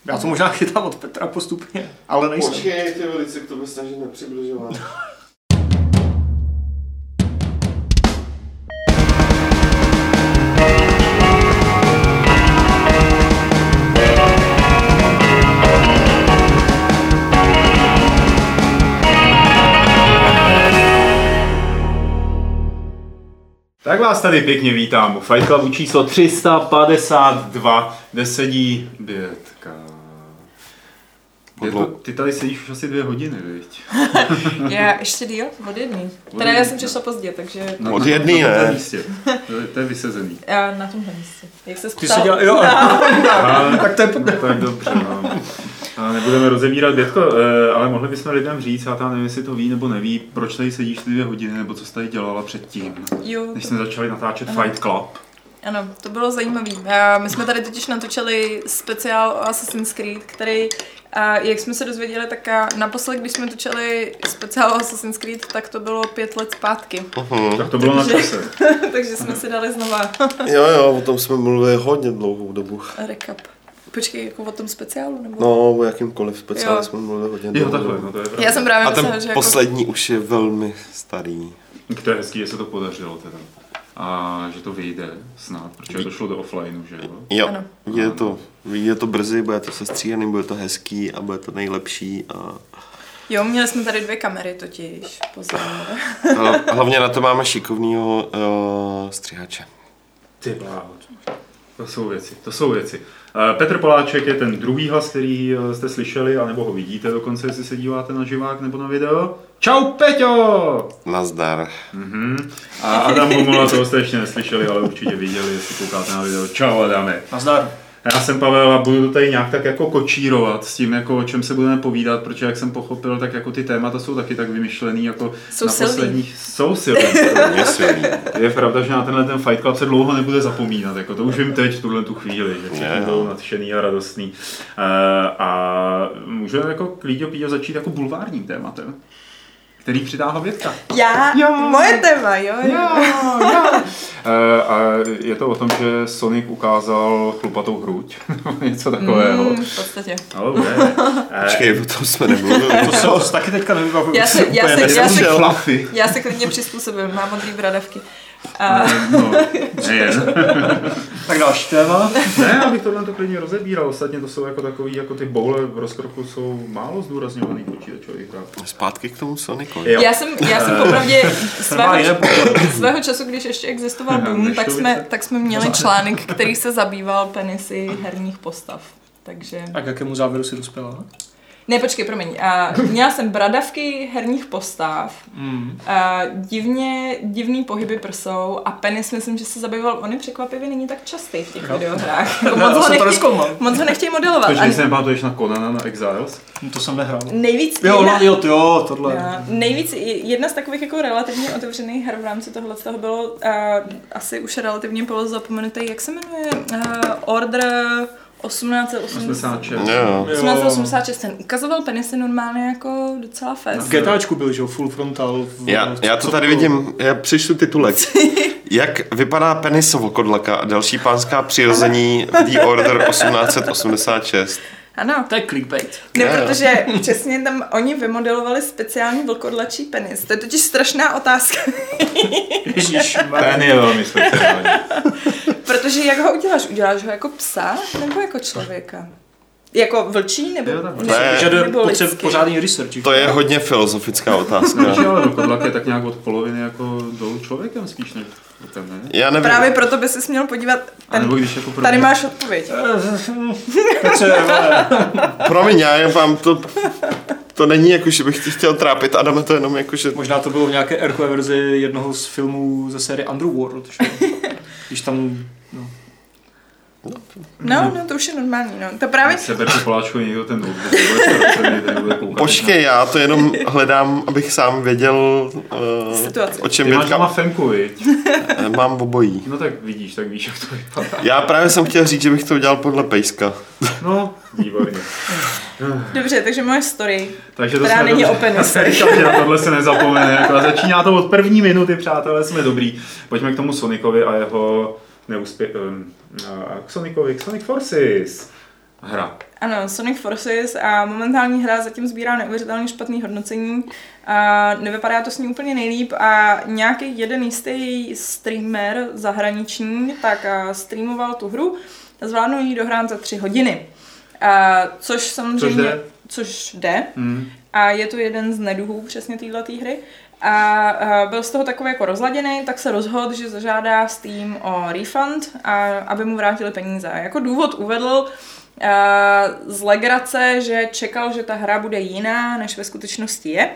Já to možná chytám od Petra postupně, ale nejsem. Počkej, ty velice k tobě snažím nepřibližovat. Tak vás tady pěkně vítám u Fight Clubu číslo 352, kde sedí Bětka. Ty tady sedíš už asi 2 hodiny, viď? Já ještě díl, od jedný. Teda já jsem přišla pozdě, takže... No, od jedný ne. Místě. To je vysezený. Já na tomhle místě. Jak se Ty seděla, jo, tak to je no, tak dobře, no. A nebudeme rozebírat, Bětko, ale mohli bychom lidem říct, já tam nevím, jestli to ví nebo neví, proč tady sedíš ty 2 hodiny, nebo co jsi tady dělala předtím, než jsme začali natáčet Fight Club. Ano, to bylo zajímavé. My jsme tady totiž natočili speciál o Assassin's Creed, který, jak jsme se dozvěděli, tak naposled, když jsme točili speciál o Assassin's Creed, tak to bylo 5 let zpátky. Tak to bylo na čase. Takže jsme si dali znova. Jo, o tom jsme mluvili hodně dlouhou dobu. Recap. Počkej, jako o tom speciálu? Nebo? No, o jakýmkoliv speciálu jsme mluvili hodně dlouho. Jo, takhle, no to je pravda. Já jsem právě a ten myslela, že poslední už je velmi starý. To je hezký, že se to podařilo teda. A že to vyjde snad, protože to šlo do offlineu, že jo? Jo, vyjde to brzy, bude to sestříhaný, bude to hezký a bude to nejlepší. A... Jo, měli jsme tady 2 kamery totiž, pozor. Hlavně na to máme šikovnýho střihače. Ty bláho, to jsou věci. Petr Poláček je ten druhý hlas, který jste slyšeli, anebo ho vidíte dokonce, jestli se díváte na živák nebo na video. Čau, Peťo! Nazdar. A Adam Bomola, toho jste ještě neslyšeli, ale určitě viděli, jestli koukáte na video. Čau, Adame. Nazdar. Já jsem Pavel a budu to tady nějak tak jako kočírovat s tím, jako o čem se budeme povídat, protože jak jsem pochopil, tak jako ty témata jsou taky tak vymyšlený jako jsou posledních... Jsou silný. Je pravda, že na tenhle ten Fight Club se dlouho nebude zapomínat, jako to už vím teď v tuhle tu chvíli, že všichni budou nadšený a radostný. A můžeme jako klidně začít jako bulvárním tématem, který přitáhla Bětka. Moje téma, jo. A je to o tom, že Sonic ukázal chlupatou hruď, něco takového. V podstatě. Počkej, o tom jsme nemluvili. To se taky teďka nevybavuju. Já se klidně přizpůsobím, mám modrý bradavky. Nejen. Tak další téma. Ne, abych tohle to klidně rozebíral. Ostatně to jsou jako takový, jako ty boule v rozkroku jsou málo zdůrazňovaný počítačových hrách. Zpátky k tomu Sonicovi. Já jsem popravdě svého času, když ještě existoval Boom, tak jsme měli článek, který se zabýval penisy herních postav. Takže... A k jakému závěru si dospěla? Ne, počkej, promiň. Měla jsem bradavky herních postav, divný pohyby prsou a penis, myslím, že se zabýval, on je překvapivě není tak častý v těch videohrách. Moc ho nechtějí modelovat. Počkej, si nepamatuješ na Conana, na Exiles? To jsem nehrál. Nejvíc... tohle. Nejvíc, jedna z takových jako relativně otevřených her v rámci tohle z toho bylo asi už relativně zapomenutý, jak se jmenuje? Order... 1886, ten ukazoval penisy normálně jako docela fest. V GTAčku byl, že jo, full frontal. Já to tady vidím, já přečtu titulek. Jak vypadá penis vlkodlaka a další pánská přirození v The Order 1886. Ano. To je clickbait. Ne, protože přesně tam oni vymodelovali speciální vlkodlačí penis. To je totiž strašná otázka. Ten je velmi speciální. Protože jak ho uděláš? Uděláš ho jako psa nebo jako člověka? Jako vlčí nebo pořádný research. To je hodně filozofická otázka. Ale vlkodlak je tak nějak od poloviny jako dolů člověkem spíš než vlkem, ne? Já nevím. Právě proto by si měl podívat. Tady máš odpověď. Promiň, já vám to není jako, že bych ti chtěl trápit, Adame, to jenom jako, že... Možná to bylo v nějaké erkové verzi jednoho z filmů ze série Underworld, když tam... No, to už je normální, no. To právě... Seberte Poláčkovi někdo ten notebook. Počkej, já to jenom hledám, abych sám věděl, o čem Bětka... Ty máš doma femku, viď? Mám obojí. No tak vidíš, tak víš, jak to vypadá. Já právě jsem chtěl říct, že bych to udělal podle pejska. No, výborně. Dobře, takže moje story, takže to která není o penise. Takže na tohle se nezapomene. Jako začíná to od první minuty, přátelé, jsme dobrý. Pojďme k tomu Sonicovi a jeho neúspěch... k Sonicovi, k Sonic Forces. Hra. Ano, Sonic Forces a momentální hra zatím sbírá neuvěřitelně špatný hodnocení a nevypadá to s ní úplně nejlíp a nějaký jeden jistý streamer zahraniční tak streamoval tu hru a zvládnul ji dohrát za 3 hodiny. Což samozřejmě... Což jde. A je to jeden z neduhů přesně této hry. A byl z toho takový jako rozladěný, tak se rozhodl, že zažádá Steam o refund, aby mu vrátili peníze. A jako důvod uvedl z legrace, že čekal, že ta hra bude jiná, než ve skutečnosti je.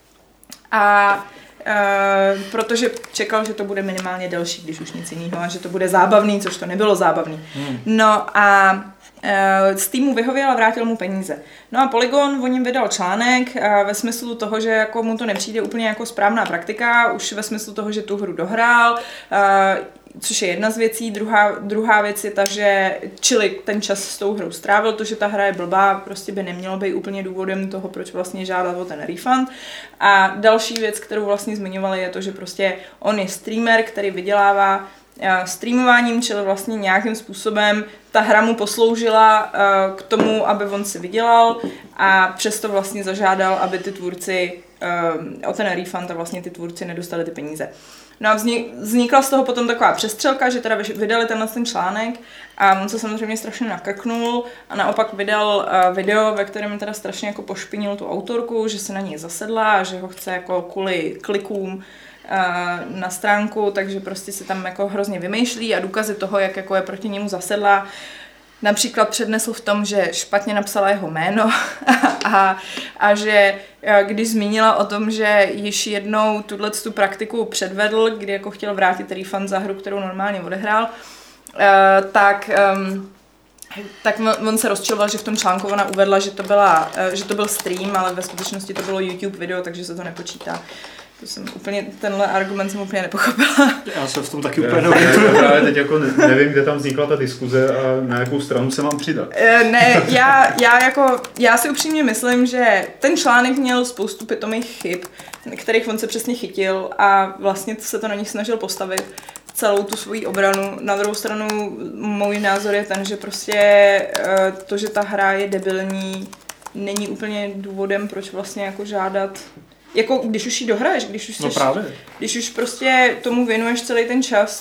A protože čekal, že to bude minimálně delší, když už nic jiného, a že to bude zábavný, což to nebylo zábavný. No a Steamu vyhověl a vrátil mu peníze. No a Polygon o něm vydal článek ve smyslu toho, že jako mu to nepřijde úplně jako správná praktika, už ve smyslu toho, že tu hru dohrál, což je jedna z věcí. Druhá věc je ta, že čili ten čas s tou hrou strávil, to, že ta hra je blbá, prostě by nemělo být úplně důvodem toho, proč vlastně žádal o ten refund. A další věc, kterou vlastně zmiňovali, je to, že prostě on je streamer, který vydělává streamováním, čili vlastně nějakým způsobem ta hra mu posloužila k tomu, aby on si vydělal a přesto vlastně zažádal, aby ty tvůrci o ten refund a vlastně ty tvůrci nedostali ty peníze. No a vznikla z toho potom taková přestřelka, že teda vydali ten článek a on se samozřejmě strašně nakrknul a naopak vydal video, ve kterém teda strašně jako pošpinil tu autorku, že se na něj zasedla a že ho chce jako kvůli klikům na stránku, takže prostě se tam jako hrozně vymýšlí a důkazy toho, jak jako je proti němu zasedla. Například přednesl v tom, že špatně napsala jeho jméno a že když zmínila o tom, že již jednou tu praktiku předvedl, kdy jako chtěl vrátit refund za hru, kterou normálně odehrál, tak on se rozčiloval, že v tom článku ona uvedla, že to byl stream, ale ve skutečnosti to bylo YouTube video, takže se to nepočítá. Tenhle argument jsem úplně nepochopila. Já jsem v tom taky úplně neorientuju. Právě teď jako nevím, kde tam vznikla ta diskuze a na jakou stranu se mám přidat. Ne, já si upřímně myslím, že ten článek měl spoustu pitomých chyb, kterých on se přesně chytil a vlastně se to na nich snažil postavit celou tu svoji obranu. Na druhou stranu můj názor je ten, že prostě to, že ta hra je debilní, není úplně důvodem, proč vlastně jako žádat. Jako když už ji dohraješ, když už prostě tomu věnuješ celý ten čas,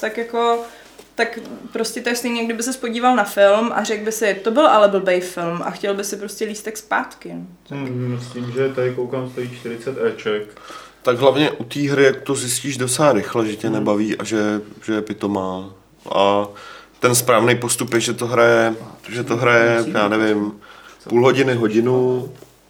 tak prostě to je stejně, kdyby se podíval na film a řekl by si, to byl ale blbej film a chtěl by si prostě lístek zpátky. S tím, že tady koukám, stojí 40 Eček. Tak hlavně u té hry, jak to zjistíš docela rychle, že tě nebaví a že je pitomá. A ten správný postup je, že to hraje, já nevím, půl hodiny, hodinu.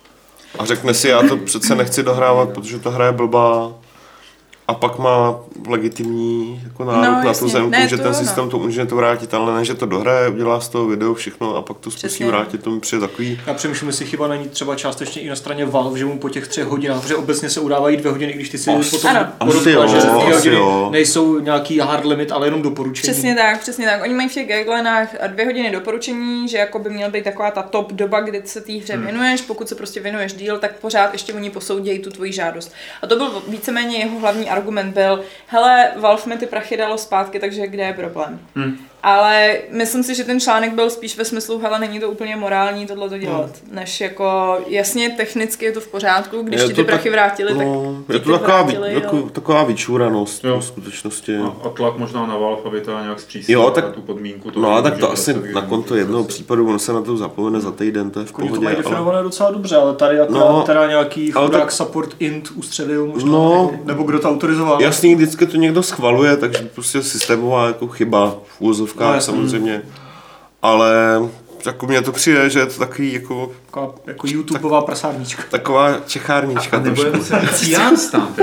A řekne si, já to přece nechci dohrávat, protože ta hra je blbá. A pak má legitimní jako nárok na tu zemku, že ten systém to umožňuje to vrátit, ale ne, že to dohraje, udělá z toho video všechno a pak to zkusí vrátit, tomu přijde takový. Já přemýšlím, jestli chyba není třeba částečně i na straně Valve, že mu po těch 3 hodinách, protože obecně se udávají 2 hodiny, když ty si potom podotkla, že 2 hodiny nejsou nějaký hard limit, ale jenom doporučení. Přesně tak. Oni mají v těch guidelinách 2 hodiny doporučení, že jako by měla být taková ta top doba, kdy se té hře věnuješ, pokud se prostě věnuješ díl, tak pořád ještě oni posoudějí tu tvoji žádost. A to byl víceméně jeho hlavní argument byl, hele, Valve mi ty prachy dalo zpátky, takže kde je problém? Ale myslím si, že ten článek byl spíš ve smyslu, hele, není to úplně morální tohleto dělat, než jako, jasně, technicky je to v pořádku, když ti ty prachy vrátili, tak je to taková vyčuranost v skutečnosti. A tlak možná na Valve, aby to nějak zpřísnil tu podmínku. No a tak to asi na konto jednoho případu, on se na to zapomene za týden, to je v pohodě. To mají definované docela dobře, ale tady teda nějaký chudák support int ustřelil možná, nebo kdo to autorizoval. Jasný, vždycky to někdo schvaluje, takže prostě systémová jako chyba v úvozovkách samozřejmě, ale jako mně to přijde, že je to takový jako YouTubeová prasárnička. Taková čechárnička. A nebo je to PR stand.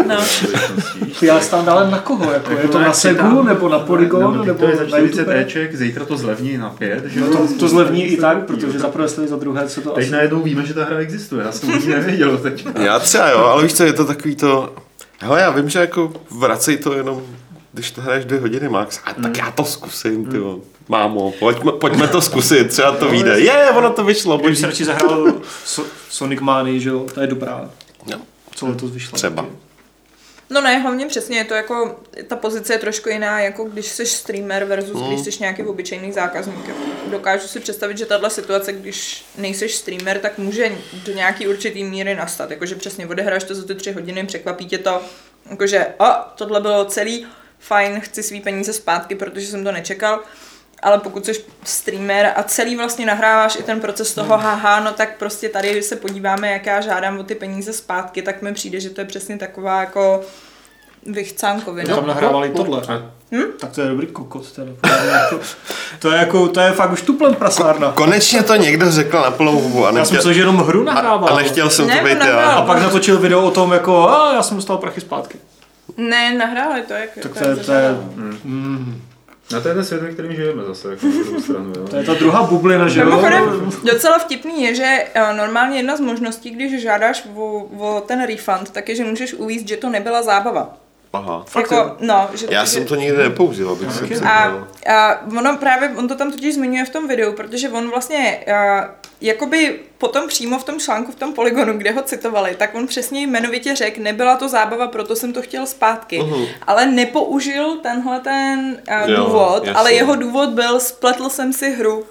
PR stand, ale na koho? Jako, je to na Segu, nebo na Polygon, nebo to je za 40 Eček, zítra to zlevní na 5. Že? To zlevní i tak, protože za prvé za druhé, co to teď asi... najednou víme, že ta hra existuje, já jsem to nevěděl teď. Já třeba jo, ale víš co, je to takový to... Hele, já vím, že jako vracej to jenom, když to hraješ 2 hodiny max, a tak já to zkusím, tyjo. Mámo, pojďme to zkusit, třeba to vyjde. Ono to vyšlo. Když se radši zahrál Sonic Mania, že jo, to je dobrá. No. Co letos vyšlo. Třeba. No ne, hlavně přesně je to jako, ta pozice je trošku jiná, jako když jsi streamer versus když jsi nějaký obyčejný zákazník. Dokážu si představit, že tahle situace, když nejseš streamer, tak může do nějaký určitý míry nastat. Jakože přesně odehráš to za ty 3 hodiny, překvapí tě to, jakože tohle bylo celý, fajn, chci svý peníze zpátky, protože jsem to nečekal. Ale pokud jsi streamer a celý vlastně nahráváš i ten proces toho, no tak prostě tady se podíváme, jak já žádám o ty peníze zpátky, tak mi přijde, že to je přesně taková jako vychcánkovina. Tam nahrávali tohle. Tak to je dobrý kokot. To je fakt už tuplem prasárna. Konečně to někdo řekl na plnou hubu. Já jsem myslel, že jenom hru nahrával. A nechtěl jsem to být já. A pak natočil video o tom, jako já jsem dostal prachy zpátky. Ne, nahráli to, jak tak to je No to je ten svět, ve kterým žijeme zase, jako na druhou stranu, jo. To je ta druhá bublina, že jo? Docela vtipný je, že normálně jedna z možností, když žádáš o ten refund, tak je, že můžeš uvíct, že to nebyla zábava. Aha. Jako, no, že já jsem to nikdy nepoužil, abych se přiznal. On to tam totiž zmiňuje v tom videu, protože on vlastně jakoby potom přímo v tom článku, v tom Polygonu, kde ho citovali, tak on přesně jmenovitě řekl, nebyla to zábava, proto jsem to chtěl zpátky. Ale nepoužil tenhle ten důvod, ale jeho důvod byl, spletl jsem si hru.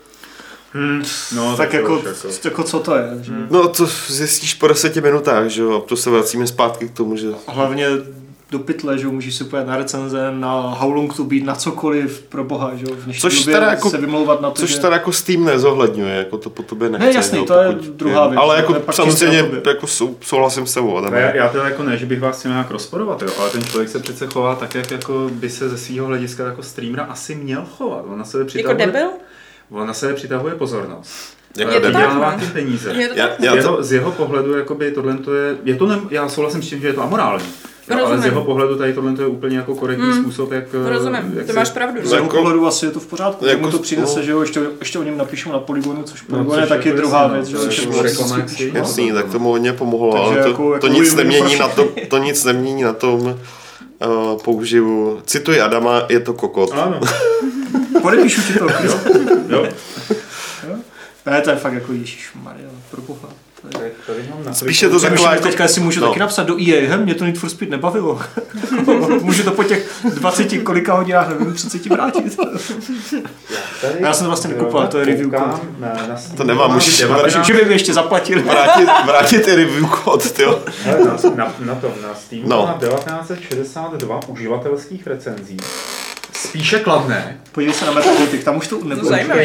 No, tak jako co to je? Že? No to zjistíš po 10 minutách, že jo, a to se vracíme zpátky k tomu, že... Hlavně do pytle, že můžeš si pojít na recenze, na How Long to Beat, na cokoliv, pro boha, že jo, v dnešní době jako, se vymlouvat na to, což teda jako Steam nezohledňuje, jako to po tobě nechce. Ne, jasný, jo, to je druhá věc. Ale jako samozřejmě jako souhlasím s tebou. Já teda jako ne, že bych vás chtěl nějak rozporovat, jo, ale ten člověk se přece chová tak, jak jako by se ze svého hlediska jako streamera asi měl chovat. On na sebe přitahuje, jako debil? On na sebe přitahuje pozornost. Je to vydělává ty peníze. Z jeho pohledu jakoby tohle je to já souhlasím s tím, že je to amorální. Jo, ale z jeho pohledu tady tohle je úplně jako korektní způsob, jak... Rozumím, jak to máš pravdu. Z jeho pohledu asi je to v pořádku, jako, mu to přinese, že jo, ještě o něm napíšou na Polygonu, což Polygon je taky druhá věc, že jo. Jasný, tak tomu hodně pomohlo, ale to nic nemění na tom, to nic nemění na tom použivu. Cituji Adama, je to kokot. Ano. Podepíšu ti to, jo. Ne, to je fakt jako ježišmarja, pro boha. Spíš je to taková... Teďka si můžu taky napsat do EA, mě to Need for Speed nebavilo. Můžu to po těch 20 kolika hodinách, nevím, 30 vrátit. Já jsem to vlastně nekupoval, to je review kód. To nemám, můžeš že by mi ještě zaplatil. Vrátit i review kód, tyjo. Na Steamu má 1962 uživatelských recenzí. Spíše kladné. Podívej se na Metacritic, tam už to nebude. To zajímavý.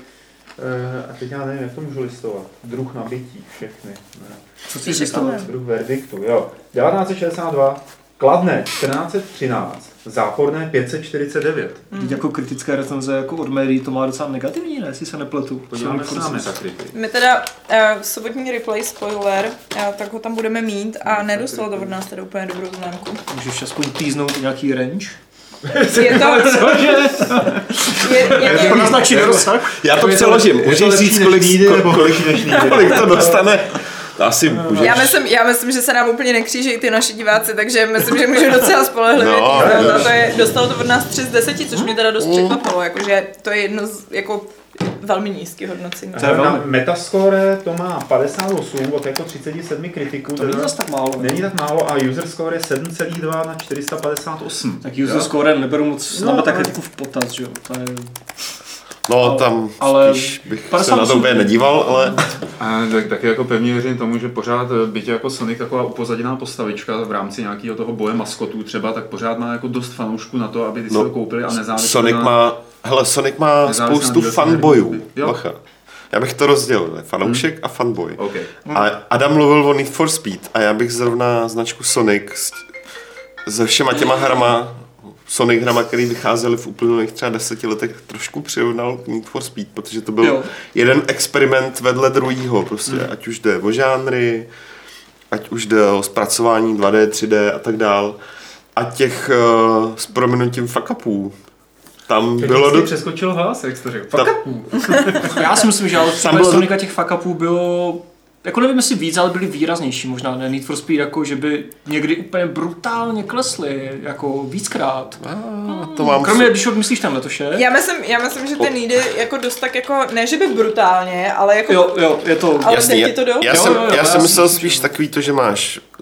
A teď já nevím, jak to můžu listovat. Druh nabití, všechny. Ne. Co jsi listovat? Druh verdiktu, jo. 1962, kladné 1413, záporné 549. Teď jako kritické recenze jako od médií to má docela negativní, ne? Jestli se nepletu. Podíváme se na Metacritic. My teda sobotní replay spoiler, tak ho tam budeme mít a nedostalo to od nás teda úplně dobrou známku. Můžeš aspoň týznout nějaký range? Je to... Je to naznačit rozsah? Já to přeložím. Můžeš říct, kolik to dostane? Asi můžeš. Já myslím, že se nám úplně nekřížejí ty naši diváci, takže myslím, že můžu docela spolehlivě. Dostalo to od nás 3 z 10, což mě teda dost překvapilo, jakože to je jedno z jako velmi nízký hodnocení. Na Metascore to má 58 od jako 37 kritiků. To není zase tak málo. Není tak málo a user score je 7,2 na 458. Tak user score neberu moc na Metacriticu v potaz, že jo. To je... No tam spíš bych se na to úplně nedíval, ale... Taky jako pevně věřím tomu, že pořád byť jako Sonic taková upozaděná postavička v rámci nějakého toho boje maskotů třeba, tak pořád má jako dost fanoušků na to, aby ty si to koupili a nezávisle Sonic má spoustu fanboyů. Bacha. Já bych to rozdělil, fanoušek a fanboy. Okay. A Adam mluvil o Need for Speed a já bych zrovna značku Sonic se všema těma hrama Sonic hrama, který vycházely v uplynulých třeba 10 letech, trošku přirovnal k Need for Speed, protože to byl jeden experiment vedle druhýho, prostě, ať už jde o žánry, ať už jde o zpracování 2D, 3D a tak dál. A těch s prominutím fuck-upů. Tam teď bylo... přeskočil hlas, jak jsi to řekl. Fuck-upů. Já si myslím, že ale třeba Sonika těch fuck-upů bylo... Jako nevím, jestli víc, ale byly výraznější možná, ne Need for Speed, jako že by někdy úplně brutálně klesly, jako víckrát. To mám kromě, když odmyslíš ten letoše. Já myslím, že ty Needy jako dost tak jako, ne že by brutálně, ale jako... Jo, je to... Ale jasný, jde ti to do? Já jsem myslel spíš takový to, že máš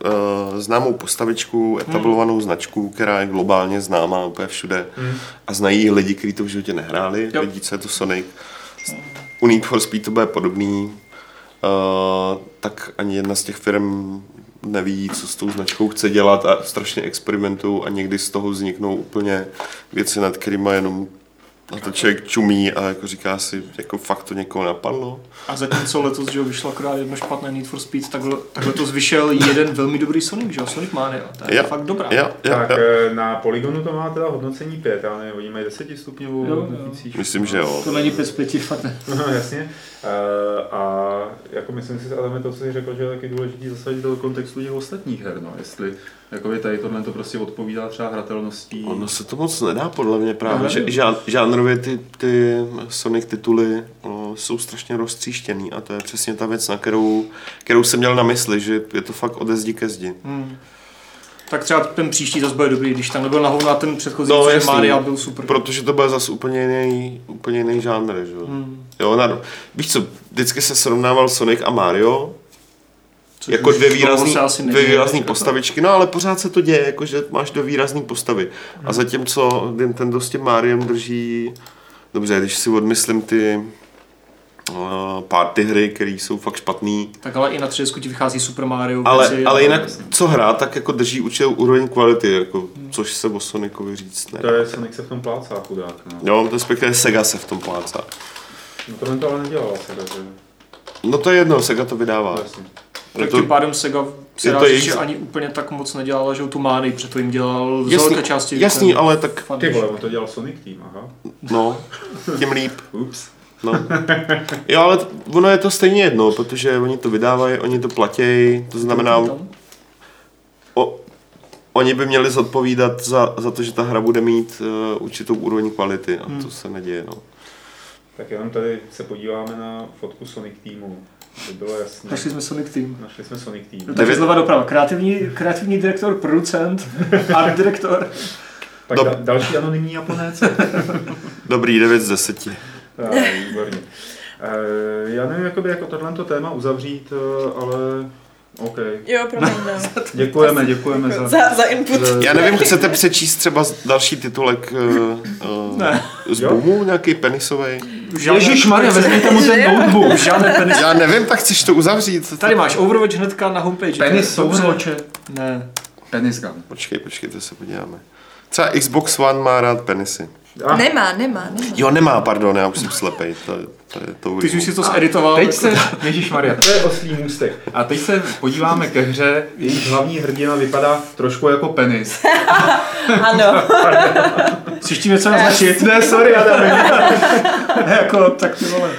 známou postavičku, etablovanou značku, která je globálně známá úplně všude a znají lidi, kteří to v životě nehráli, vědí, co je to Sonic. U Need for Speed to bude podobný, tak ani jedna z těch firm neví, co s tou značkou chce dělat a strašně experimentují a někdy z toho vzniknou úplně věci, nad kterými jenom na to člověk čumí a jako říká si, jako fakt to někoho napadlo. A zatímco letos, že vyšlo akorát jedno špatné Need for Speed, tak letos vyšel jeden velmi dobrý Sonic, že jo? Sonic Mania, to je fakt dobrá. Tak na Polygonu to má teda hodnocení 5, já nevím, oni mají 10 stupňovou hodnotící. Myslím, že jo. To není 5 z 5, fakt ne. No jasně. A jako myslím si, Adame, to, co jsi řekl, že je taky důležitý zasadit do kontextu těch ostatních her, no. Jestli jakoby tady tohle to prostě odpovídá třeba hratelností. Ono se to moc nedá podle mě právě, že žánrově ty Sonic tituly jsou strašně roztříštěný a to je přesně ta věc, na kterou jsem měl na mysli, že je to fakt ode zdi ke zdi. Tak třeba ten příští zase bude dobrý, když tam nebyl nahovno na ten předchozí, že Mario byl super. Protože to bude zase úplně jiný žánr, že jo. Víš co, vždycky se srovnával Sonic a Mario, což jako dvě výrazný postavičky, no ale pořád se to děje, jakože máš dvě výrazný postavy. A zatímco Nintendo s tím Mariem drží, dobře, když si odmyslím ty party hry, které jsou fakt špatný. Tak ale i na 3DS ti vychází Super Mario. Ale jinak co hrát, tak jako drží určitou úroveň kvality, jako, což se o Sonicovi říct nedá. To je Sonic se v tom plácá, chudák. No. Jo, to respektive Sega se v tom plácá. No to ale nedělala Sega, že? No to je jedno, Sega to vydává. Jasně. Tak tím pádem Sega se dá říct, že ani úplně tak moc nedělala, že tu Mánii, protože jim dělal z velké části. Jasný, ale tak... Ty vole, on to dělal Sonic Team, aha. No, tím líp. Ups. No. Jo, ale ono je to stejně jedno, protože oni to vydávají, oni to platějí, to znamená... Oni by měli zodpovídat za to, že ta hra bude mít určitou úroveň kvality a to se neděje, no. Tak jenom tady se podíváme na fotku Sonic Teamu. To bylo jasné. Našli jsme Sonic Team. No, takže zleva doprava. Kreativní direktor, producent, art direktor. Tak další anonymní Japonec. Dobrý, 9 z 10. Výborně. Já nevím, jako tohleto téma uzavřít, ale OK. Jo, promiň, no. Děkujeme za input. Já nevím, chcete přečíst třeba další titulek z Boomu, nějaký penisovej? Ježišmarja, vezměte mu ten notebook. Žádné penis. Já nevím, tak chceš to uzavřít. Tady máš Overwatch hnedka na homepage. Penis Overwatche? Ne. Penis gun. Počkej, to se podíváme. Třeba Xbox One má rád penisy. Nemá. Jo, nemá, pardon, já už jsem slepej. Ty jsi si to zeditoval. Teď se, ježišmarja, to je oslý můstek. A teď se podíváme ke hře, jejíž hlavní hrdina vypadá trošku jako penis. Ano. Chceš tím něco naznačit? Ne, sorry, Adame. Jako, tak ty vole.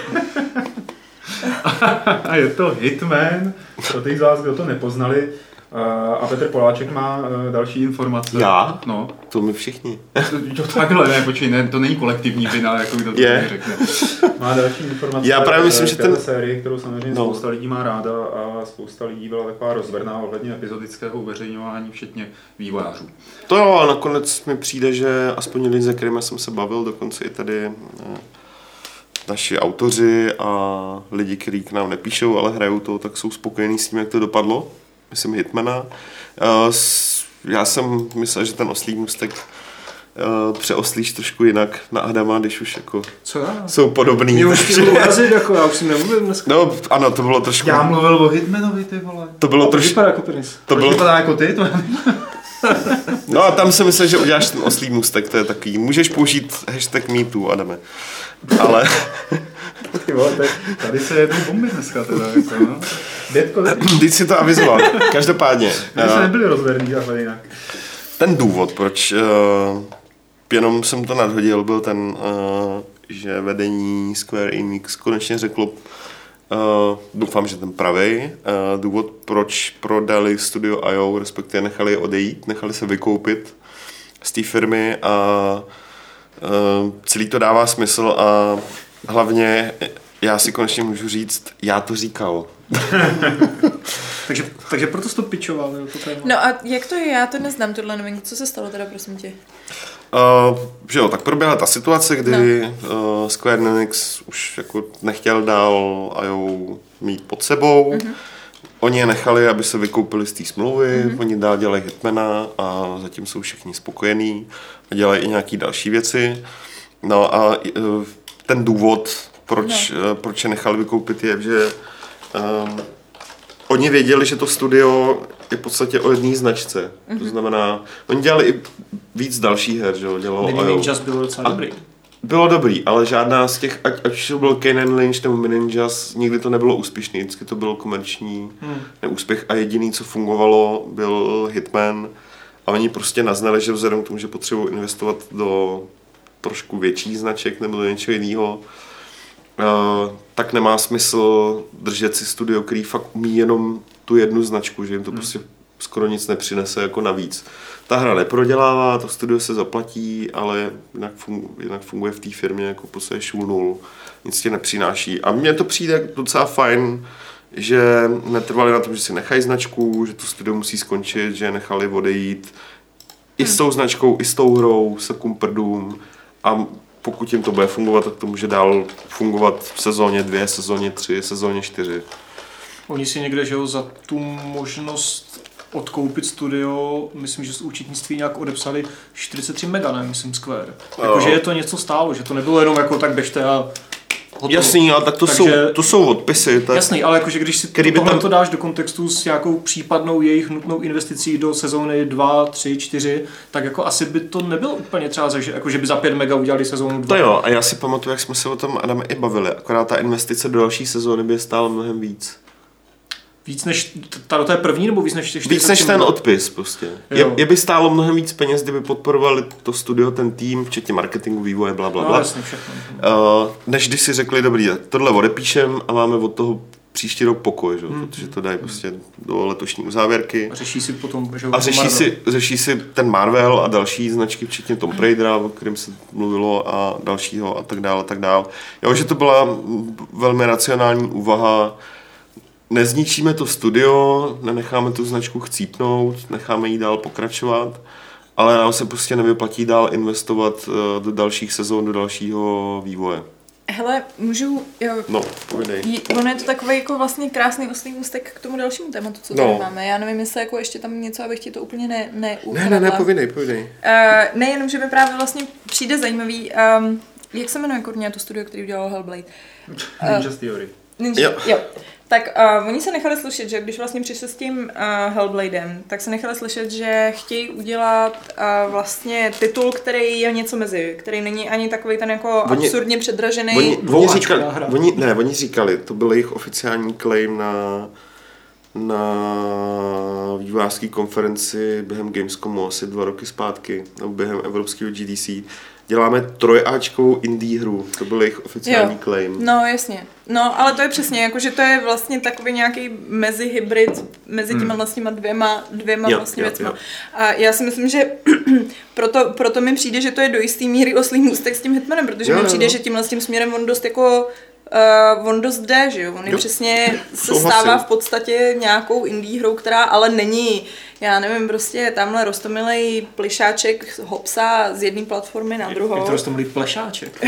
A je to Hitman, pro ty z vás, kdo to nepoznali. A Petr Poláček má další informace. Já? No. To my všichni. Takhle, ne, počkej, ne, to není kolektivní vina, jako kdo to řekne. Má další informace. Já právě myslím, že ten série, kterou samozřejmě spousta lidí má ráda a spousta lidí byla taková rozverná ohledně epizodického uveřejňování, včetně vývojářů. To jo, a nakonec mi přijde, že aspoň lidi, se kterými jsem se bavil, dokonce i tady naši autoři a lidi, kteří k nám nepíšou, ale hrajou to, tak jsou spokojení s tím, jak to dopadlo. Myslím Hitmana. Já jsem myslel, že ten oslý můstek přeoslíš trošku jinak na Adama, když už jako jsou podobný. Mě už chtěl urazit, jako já už si nemluvím dneska. No ano, to bylo trošku... Já mluvil o Hitmanovi, ty vole. To bylo trošku... Vypadá jako penis. To bylo... vypadá jako ty? No a tam si myslím, že uděláš ten oslý můstek, to je takový. Můžeš použít hashtag MeToo, Adame. Ale... Tady se jednou bomby dneska teda, jako, no. Dětko, teď si to avizoval. Každopádně. My se nebyli rozverní, ale jinak. Ten důvod, proč jenom jsem to nadhodil, byl ten, že vedení Square Enix konečně řeklo, doufám, že ten pravej, důvod, proč prodali studio IO, respektive nechali je odejít, nechali se vykoupit z té firmy a celý to dává smysl a hlavně já si konečně můžu říct, já to říkal. takže proto jsi to pičoval, jo, to téma. No a jak to je? Já to neznám, tohle nevím. Co se stalo teda, prosím tě? Že jo, tak proběhla ta situace, kdy Square Enix už jako nechtěl dál IO mít pod sebou. oni je nechali, aby se vykoupili z té smlouvy, oni dál dělají Hitmana a zatím jsou všichni spokojení a dělají i nějaké další věci. No a ten důvod, proč je nechali vykoupit, je, že oni věděli, že to studio je v podstatě o jedné značce. To znamená, oni dělali i víc dalších her, že jo, dělalo Ninjas bylo docela dobrý. Bylo dobrý, ale žádná z těch, ať už to byl Kane and Lynch nebo Ninjas, nikdy to nebylo úspěšný, vždycky to byl komerční neúspěch a jediný, co fungovalo, byl Hitman a oni prostě naznali, že vzhledem k tomu, že potřebují investovat do trošku větších značek nebo do něčeho jiného, tak nemá smysl držet si studio, který fakt umí jenom tu jednu značku, že jim to prostě skoro nic nepřinese jako navíc. Ta hra neprodělává, to studio se zaplatí, ale jinak funguje v té firmě jako prostě šul nul, nic tě nepřináší. A mně to přijde docela fajn, že netrvali na tom, že si nechají značku, že to studio musí skončit, že nechali odejít i s tou značkou, i s tou hrou, se kumprdům a pokud jim to bude fungovat, tak to může dál fungovat v sezóně 2, sezóně 3, sezóně 4. Oni si někde, že jo, za tu možnost odkoupit studio, myslím, že z účetnictví nějak odepsali 43 mega, ne, myslím, Square. Jakože je to něco stálo, že to nebylo jenom jako tak běžte a hotovo. Jasný, ale tak to jsou odpisy. Tak, jasný, ale jakože když si tohle to dáš do kontextu s nějakou případnou jejich nutnou investicí do sezóny 2, 3, 4, tak jako asi by to nebylo úplně třeba, jako že by za 5 mega udělali sezónu 2. To jo, a já si pamatuju, jak jsme se o tom Adame i bavili, akorát ta investice do další sezóny by stála mnohem víc. Víc než do té první, nebo víc než těch 40? Víc než ten odpis prostě. Je by stálo mnohem víc peněz, kdyby podporovali to studio, ten tým, včetně marketingu, vývoje, blablabla. No, jasně, všechno. Než když si řekli, dobrý, tohle odepíšem a máme od toho příští rok pokoj, že? Protože to dají prostě do letošní uzávěrky. A řeší si potom, že a řeší si ten Marvel a další značky, včetně Tomb Raidera, o kterém se mluvilo a dalšího a tak dále. Jo, že to byla velmi racionální úvaha. Nezničíme to studio, nenecháme tu značku chcípnout, necháme jí dál pokračovat, ale nám se prostě nevyplatí dál investovat do dalších sezón, do dalšího vývoje. Hele, můžu... Jo, no, povídej. Ono je to takový jako vlastně krásný oslý můstek k tomu dalšímu tématu, co tady máme. Já nevím, jestli jako ještě tam něco, abych ti to úplně neukradla. Ne, povídej. Nejenom, že mi právě vlastně přijde zajímavý, jak se jmenuje Korně to studio, který udělal Hellblade? Ninja's Theory. Jo. Tak oni se nechali slyšet, že když vlastně přišli s tím Hellbladem, tak se nechali slyšet, že chtějí udělat vlastně titul, který je něco mezi, který není ani takový ten jako absurdně předražený. Oni říkali, to byl jejich oficiální claim na vývojářské konferenci během Gamescomu asi 2 roky zpátky, nebo během evropského GDC. Děláme 3áčkovou indie hru, to byl jejich oficiální claim. No jasně, no ale to je přesně, jakože to je vlastně takový nějaký mezihybrid mezi těma vlastně dvěma vlastně věcma. A já si myslím, že proto mi přijde, že to je do jistý míry oslý můstek s tím Hitmanem, protože mi přijde, že tímhle s tím směrem on dost jako on dost jde, že jo, on je přesně se stává v podstatě nějakou indie hrou, která ale není, já nevím, prostě tamhle roztomilej plišáček hopsa z jedné platformy na druhou. Je to roztomilý plešáček.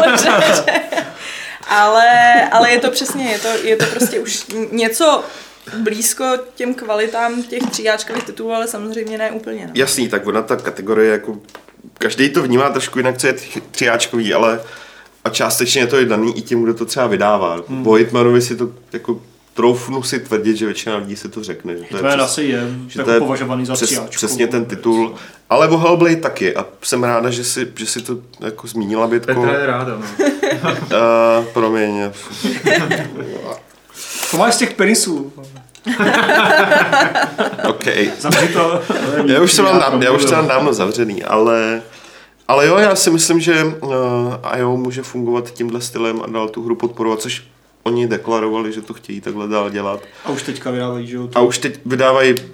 ale je to přesně, je to prostě už něco blízko těm kvalitám těch 3áčkových titulů, ale samozřejmě ne úplně. No. Jasný, tak ona ta kategorie, jako každý to vnímá trošku jinak, co je 3áčkový, ale a částečně je to i daný i tím, kdo to třeba vydává. O Hitmanovi si to jako troufnu si tvrdit, že většina lidí si to řekne. Že to je asi že to je považovaný za 3áčko. Přesně ten titul. Ale o Hellblade taky. A jsem ráda, že si to jako zmínila, Bětko. Petra je ráda, no. Promiň. To máš z těch penisů. OK. Zavři to. Já už jsem dávno zavřený, ale jo, já si myslím, že IO může fungovat tímhle stylem a dál tu hru podporovat, což oni deklarovali, že to chtějí takhle dál dělat. A už teďka vydávají, že jo? A už teď vydávají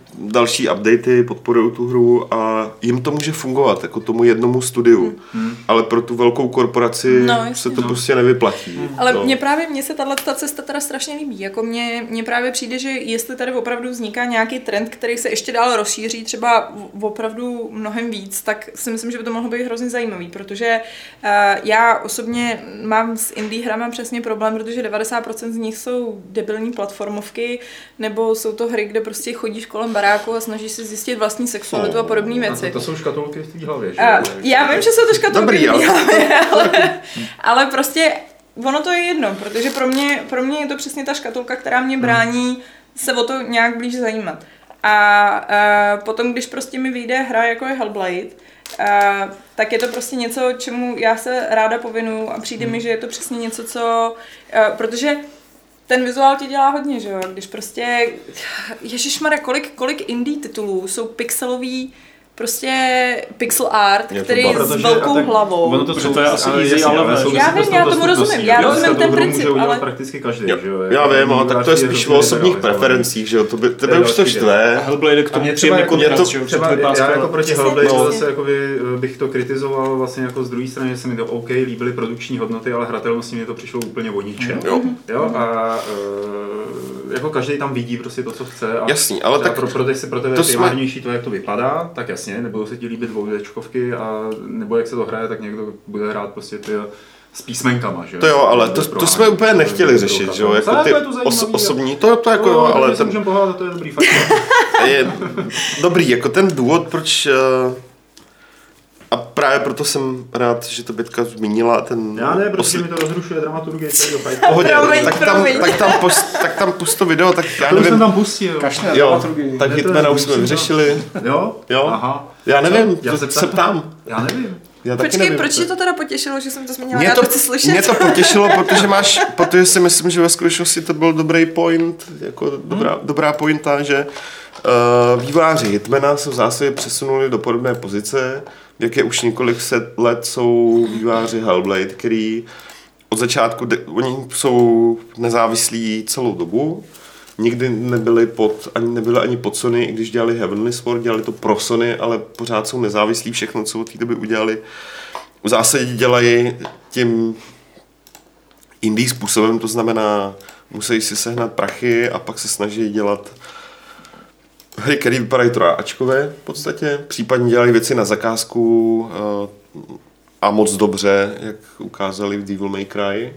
další updaty podporují tu hru a jim to může fungovat, jako tomu jednomu studiu. Ale pro tu velkou korporaci se to prostě nevyplatí. Ale mně se tato cesta teda strašně líbí. Jako mně právě přijde, že jestli tady opravdu vzniká nějaký trend, který se ještě dál rozšíří, třeba opravdu mnohem víc, tak si myslím, že by to mohlo být hrozně zajímavý, protože já osobně mám s indie hrama přesně problém, protože 90% z nich jsou debilní platformovky, nebo jsou to hry, kde prostě chodíš kolem baráku a snažíš se zjistit vlastní sexualitu a podobné věci. To jsou škatulky v té hlavě, že? Já vím, že jsou to škatulky v té hlavě, ale prostě ono to je jedno, protože pro mě je to přesně ta škatulka, která mě brání se o to nějak blíž zajímat. A potom, když prostě mi vyjde hra jako je Hellblade, tak je to prostě něco, čemu já se ráda povinuju a přijde mi, že je to přesně něco, co... protože ten vizuál ti dělá hodně, že jo? Když prostě... Ježišmarja, kolik indie titulů jsou pixelový, prostě pixel art, který s velkou hlavou. Ono to je asi easy, ale já vím, já tomu rozumím. Já rozumím ten princip, ale... prakticky každý, že jo? Já vím, ale tak to je spíš o osobních preferencích, že jo? Tebe už to štve. Hellblade k tomu příjemný kontrast, že jo? Já jako proti Hellblade zase bych to kritizoval vlastně jako z druhé strany, že se mi to OK, líbily produkční hodnoty, ale hratelnostně mi to přišlo úplně o ničem. Jo? A jako každý tam vidí prostě to, co chce. Jasný, ale tak pro tebe primárnější to, jak to vypadá, tak jasně. Nebudou se ti líbit dvoudečkovky a nebo jak se to hraje, tak někdo bude hrát prostě ty s písmenkama, že jo? To jo, ale to jsme úplně nechtěli řešit, že jo? Jako ty osobní, to jako jo, ale ten... můžeme pohádat, to je dobrý fakt. Je dobrý, jako ten důvod, proč... A právě proto jsem rád, že to Bětka zmínila ten... Já ne, protože mi to rozrušuje dramaturgii celého fajtu. Pohodě, tak tam pust to video, tak já nevím... To jsem tam pustil. Kašne dramaturgii. Tak Hitmana už jsme vyřešili. Jo? Aha. Já nevím, se ptám. Já nevím. Počkej, proč tě to teda potěšilo, že jsem to zmínila? Já to chci slyšet. Mě to potěšilo, protože si myslím, že ve skutečnosti to byl dobrý point, jako dobrá pointa, že vývojáři Hitmana se v zásadě přesunuli do podobné pozice, jak je už několik set let jsou vývojáři Hellblade, který od začátku, oni jsou nezávislí celou dobu, nikdy nebyli ani pod Sony, i když dělali Heavenly Sword, dělali to pro Sony, ale pořád jsou nezávislí, všechno, co od té doby udělali. V zásadě dělají tím indie způsobem, to znamená, musí si sehnat prachy a pak se snaží dělat hry, které vypadají trojáčkové v podstatě, případně dělají věci na zakázku a moc dobře, jak ukázali v Devil May Cry.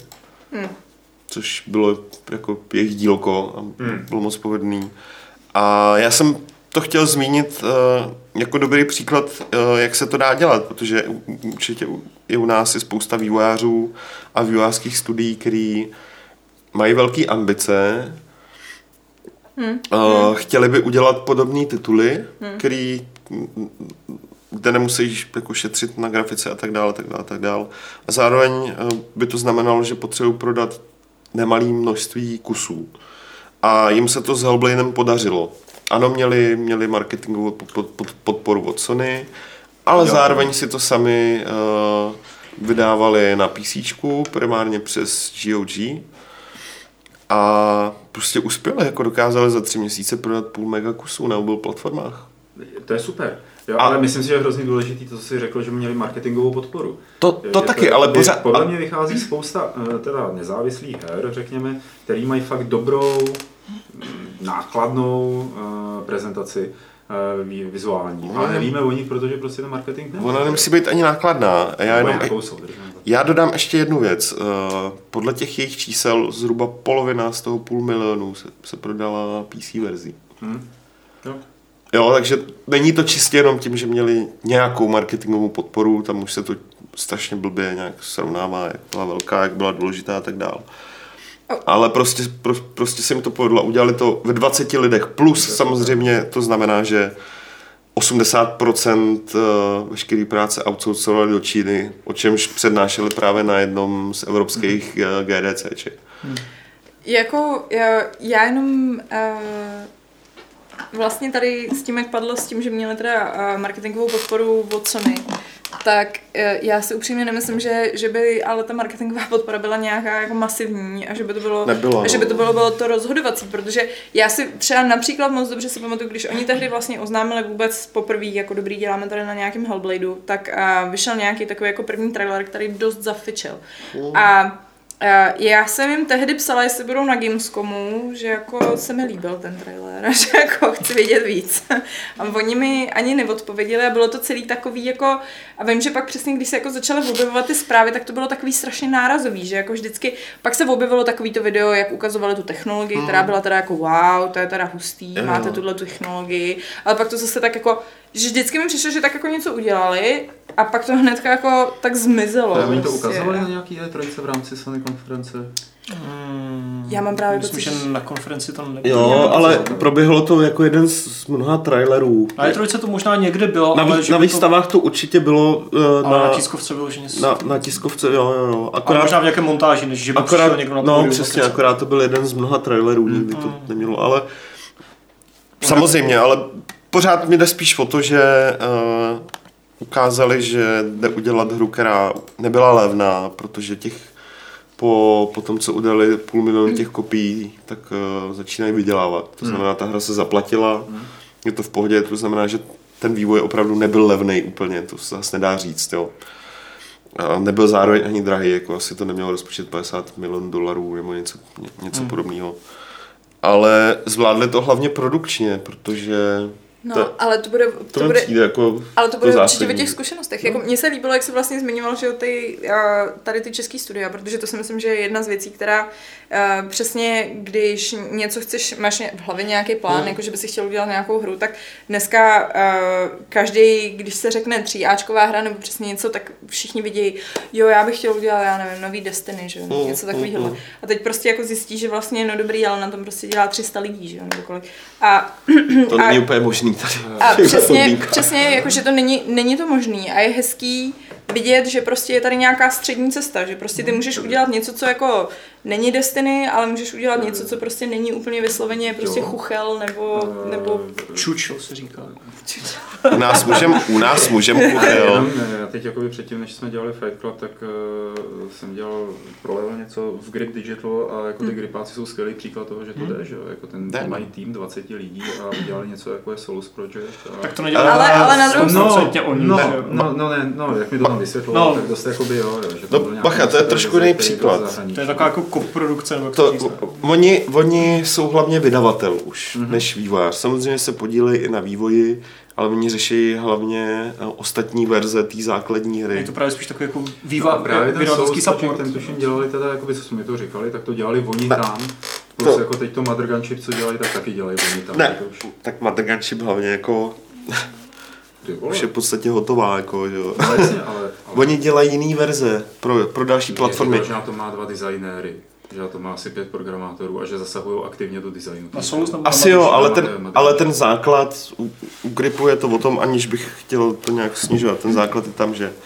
Což bylo jako jejich dílko a bylo moc povedný. A já jsem to chtěl zmínit jako dobrý příklad, jak se to dá dělat, protože určitě i u nás je spousta vývojářů a vývojářských studií, který mají velké ambice, chtěli by udělat podobné tituly, kde nemusíš jako šetřit na grafice a tak dále. A zároveň by to znamenalo, že potřebují prodat nemalé množství kusů. A jim se to s Hellbladem podařilo. Ano, měli marketingovou podporu od Sony, ale zároveň si to sami vydávali na PCčku, primárně přes GOG. A prostě uspěli, jako dokázali za 3 měsíce prodat 0,5 mega kusů na obou platformách. To je super. Jo, ale myslím si, že je hrozně důležitý to, co jsi řekl, že měli marketingovou podporu. To taky, ale pořád... Podle mě vychází spousta teda nezávislých her, řekněme, který mají fakt dobrou, nákladnou prezentaci vizuální. Ale nevíme o nich, protože prostě ten marketing nemá. Ona nemusí být ani nákladná. Já dodám ještě jednu věc. Podle těch jejich čísel zhruba polovina z toho 500 000 se prodala PC verzí. Jo, takže není to čistě jenom tím, že měli nějakou marketingovou podporu, tam už se to strašně blbě nějak srovnává, jak byla velká, jak byla důležitá a tak dál. Ale prostě se jim to povedlo. Udělali to ve 20 lidech. Plus samozřejmě to znamená, že 80% veškeré práce outsourcovali do Číny, o čemž přednášeli právě na jednom z evropských GDCček. Jako já jenom... Vlastně tady s tím, jak padlo s tím, že měli teda marketingovou podporu od Sony, tak já si upřímně nemyslím, že by ale ta marketingová podpora byla nějaká jako masivní a že by to bylo, Nebylo, že by to bylo to rozhodovací, protože já si třeba například moc dobře si pamatuju, když oni tehdy vlastně oznámili vůbec poprvé, jako dobrý, děláme tady na nějakém Hellbladeu, tak vyšel nějaký takový jako první trailer, který dost zafičil. A já jsem jim tehdy psala, jestli budou na Gamescomu, že jako se mi líbil ten trailer a že jako chci vědět víc. A oni mi ani neodpověděli a bylo to celý takový jako, a vím, že pak přesně, když se jako začaly objevovat ty zprávy, tak to bylo takový strašně nárazový, že jako vždycky, pak se objevilo takovýto video, jak ukazovali tu technologii, která byla teda jako wow, to je teda hustý, máte tuhle technologii, ale pak to zase tak jako, že vždycky mi přišlo, že tak jako něco udělali a pak to hnedka jako tak zmizelo. A oni to ukazovali na nějaký E3 v rámci Sony konference? Já mám právě myslím, že na konferenci to nebylo. Jo, ale proběhlo to jako jeden z mnoha trailerů. Na E3 to možná někde bylo, na výstavách to určitě bylo. Na tiskovce bylo, že něco. Na tiskovce, jo. Akorát, a možná v nějaké montáži, než že by přišel někdo na to. No přesně, akorát to byl jeden z mnoha trailerů, nikdy to nemělo, ale samozřejmě, ale pořád mi jde spíš o to, že ukázali, že jde udělat hru, která nebyla levná, protože po tom, co udali 500 000 těch kopií, tak začínají vydělávat. To znamená, ta hra se zaplatila, je to v pohodě, to znamená, že ten vývoj opravdu nebyl levnej úplně, to se zase nedá říct, jo. A nebyl zároveň ani drahý, jako asi to nemělo rozpočet $50 milionů nebo něco podobného. Ale zvládli to hlavně produkčně, protože ale to bude jako ale to bude určitě o těch zkušenostech. Jako mně se líbilo, jak se vlastně zmiňoval, že tady ty český studia, protože to si myslím, že je jedna z věcí, která přesně, když něco chceš, máš v hlavě nějaký plán, jako že by si chtěl udělat nějakou hru, tak dneska každý, když se řekne 3áčková hra nebo přesně něco, tak všichni vidí, jo, já bych chtěl udělat, já nevím, nový Destiny, že jo, něco takového. A teď prostě jako zjistí, že vlastně, no dobrý, ale na tom prostě dělá 300 lidí, že jo, nebo kolik. To není úplně možný tady. A přesně jako, že to není to možný a je hezký vidět, že prostě je tady nějaká střední cesta, že prostě ty můžeš udělat něco, co jako není Destiny, ale můžeš udělat něco, co prostě není úplně vysloveně prostě chuchel nebo čučo se říká. U nás můžem chuchel. Já teď jakoby předtím, než jsme dělali Fight Club, tak jsem dělal pro Level něco v Grip Digital a jako ty gripáci jsou skvělý příklad toho, že to jde, že jo, jako ten mají tým 20 lidí a udělali něco jako je Solus Project. Tak to nedělá. Ale na druhou No, jak mi to tam vysvětloval, tak dost jakoby jo, že to byl bacha, to je trošku jiný příklad. To je taková jako koprodukce. Oni jsou hlavně vydavatel už, než vývojář. Samozřejmě se podílejí i na vývoji, ale oni řeší hlavně ostatní verze té základní hry. Je to právě spíš takový jako vydavatelský support. Ten tuším dělali teda, jakoby, co jsme mi to říkali, tak to dělali oni tam. Plus jako teď to Mother Gunship, co dělají, tak taky dělají oni tam. Ne, tak Mother Gunship hlavně jako už je v podstatě hotová, jako, jo. Ale oni dělají jiný verze pro další platformy. Říkal, že na to má 2 designéry, že na to má asi 5 programátorů a že zasahují aktivně do designu. Asi jo, ale ten základ u Gripu je to o tom, aniž bych chtěl to nějak snižovat. Ten základ je tam, že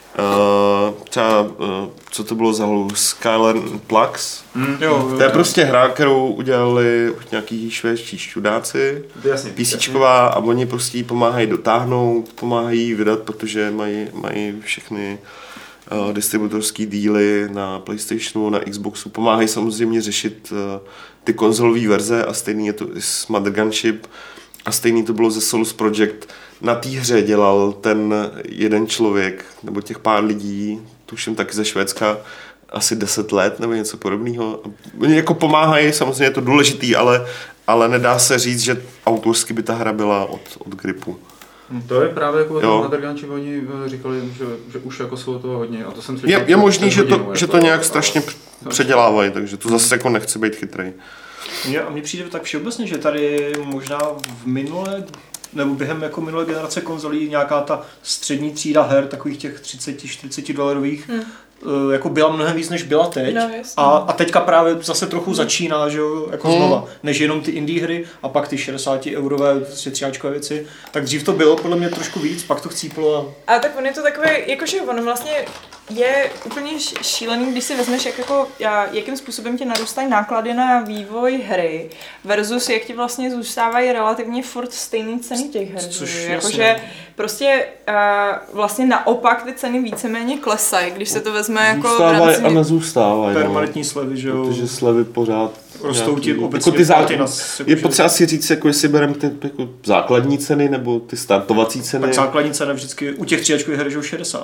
třeba, co to bylo za hru, Skyline Plugs. To je prostě hra, kterou udělali nějaký švédští študáci, PCčková, a oni prostě jí pomáhají dotáhnout, pomáhají vydat, protože mají všechny distributorský díly na PlayStationu, na Xboxu, pomáhají samozřejmě řešit ty konzolové verze a stejný je to i s Mother Gunship a stejný to bylo ze Solus Project. Na té hře dělal ten jeden člověk, nebo těch pár lidí, tuším taky ze Švédska, asi 10 let nebo něco podobného. Oni jako pomáhají, samozřejmě je to důležitý, ale nedá se říct, že autorsky by ta hra byla od Gripu. To je právě jako na Mother Gunship, oni říkali, že už jako jsou toho hodně. A to jsem slyšel, je možný, že to nějak strašně předělávají, takže to zase jako nechce být chytrý. A mně přijde tak všeobecně, že tady možná v minulé nebo během jako minulé generace konzolí nějaká ta střední třída her, takových těch $30-40 jako byla mnohem víc, než byla teď. No, a teďka právě zase trochu začíná, že jo, jako znova, než jenom ty indie hry a pak ty 60€ prostě 3áčkové věci. Tak dřív to bylo podle mě trošku víc, pak to chcíplo a tak on je to takové, jakože ono vlastně je úplně šílený, když si vezmeš, jakým způsobem ti narůstají náklady na vývoj hry versus jak ti vlastně zůstávají relativně furt stejné ceny těch her. Jakože prostě vlastně naopak ty ceny víceméně klesají, když se to vezme jako... Zůstávají a nezůstávají. Permanentní slevy, že jo? Protože slevy pořád... Rostou ti obecně je potřeba si říct, jako jestli bereme ty jako základní ceny nebo ty startovací ceny. Tak základní cena vždycky u těch 3áčkových her je $60.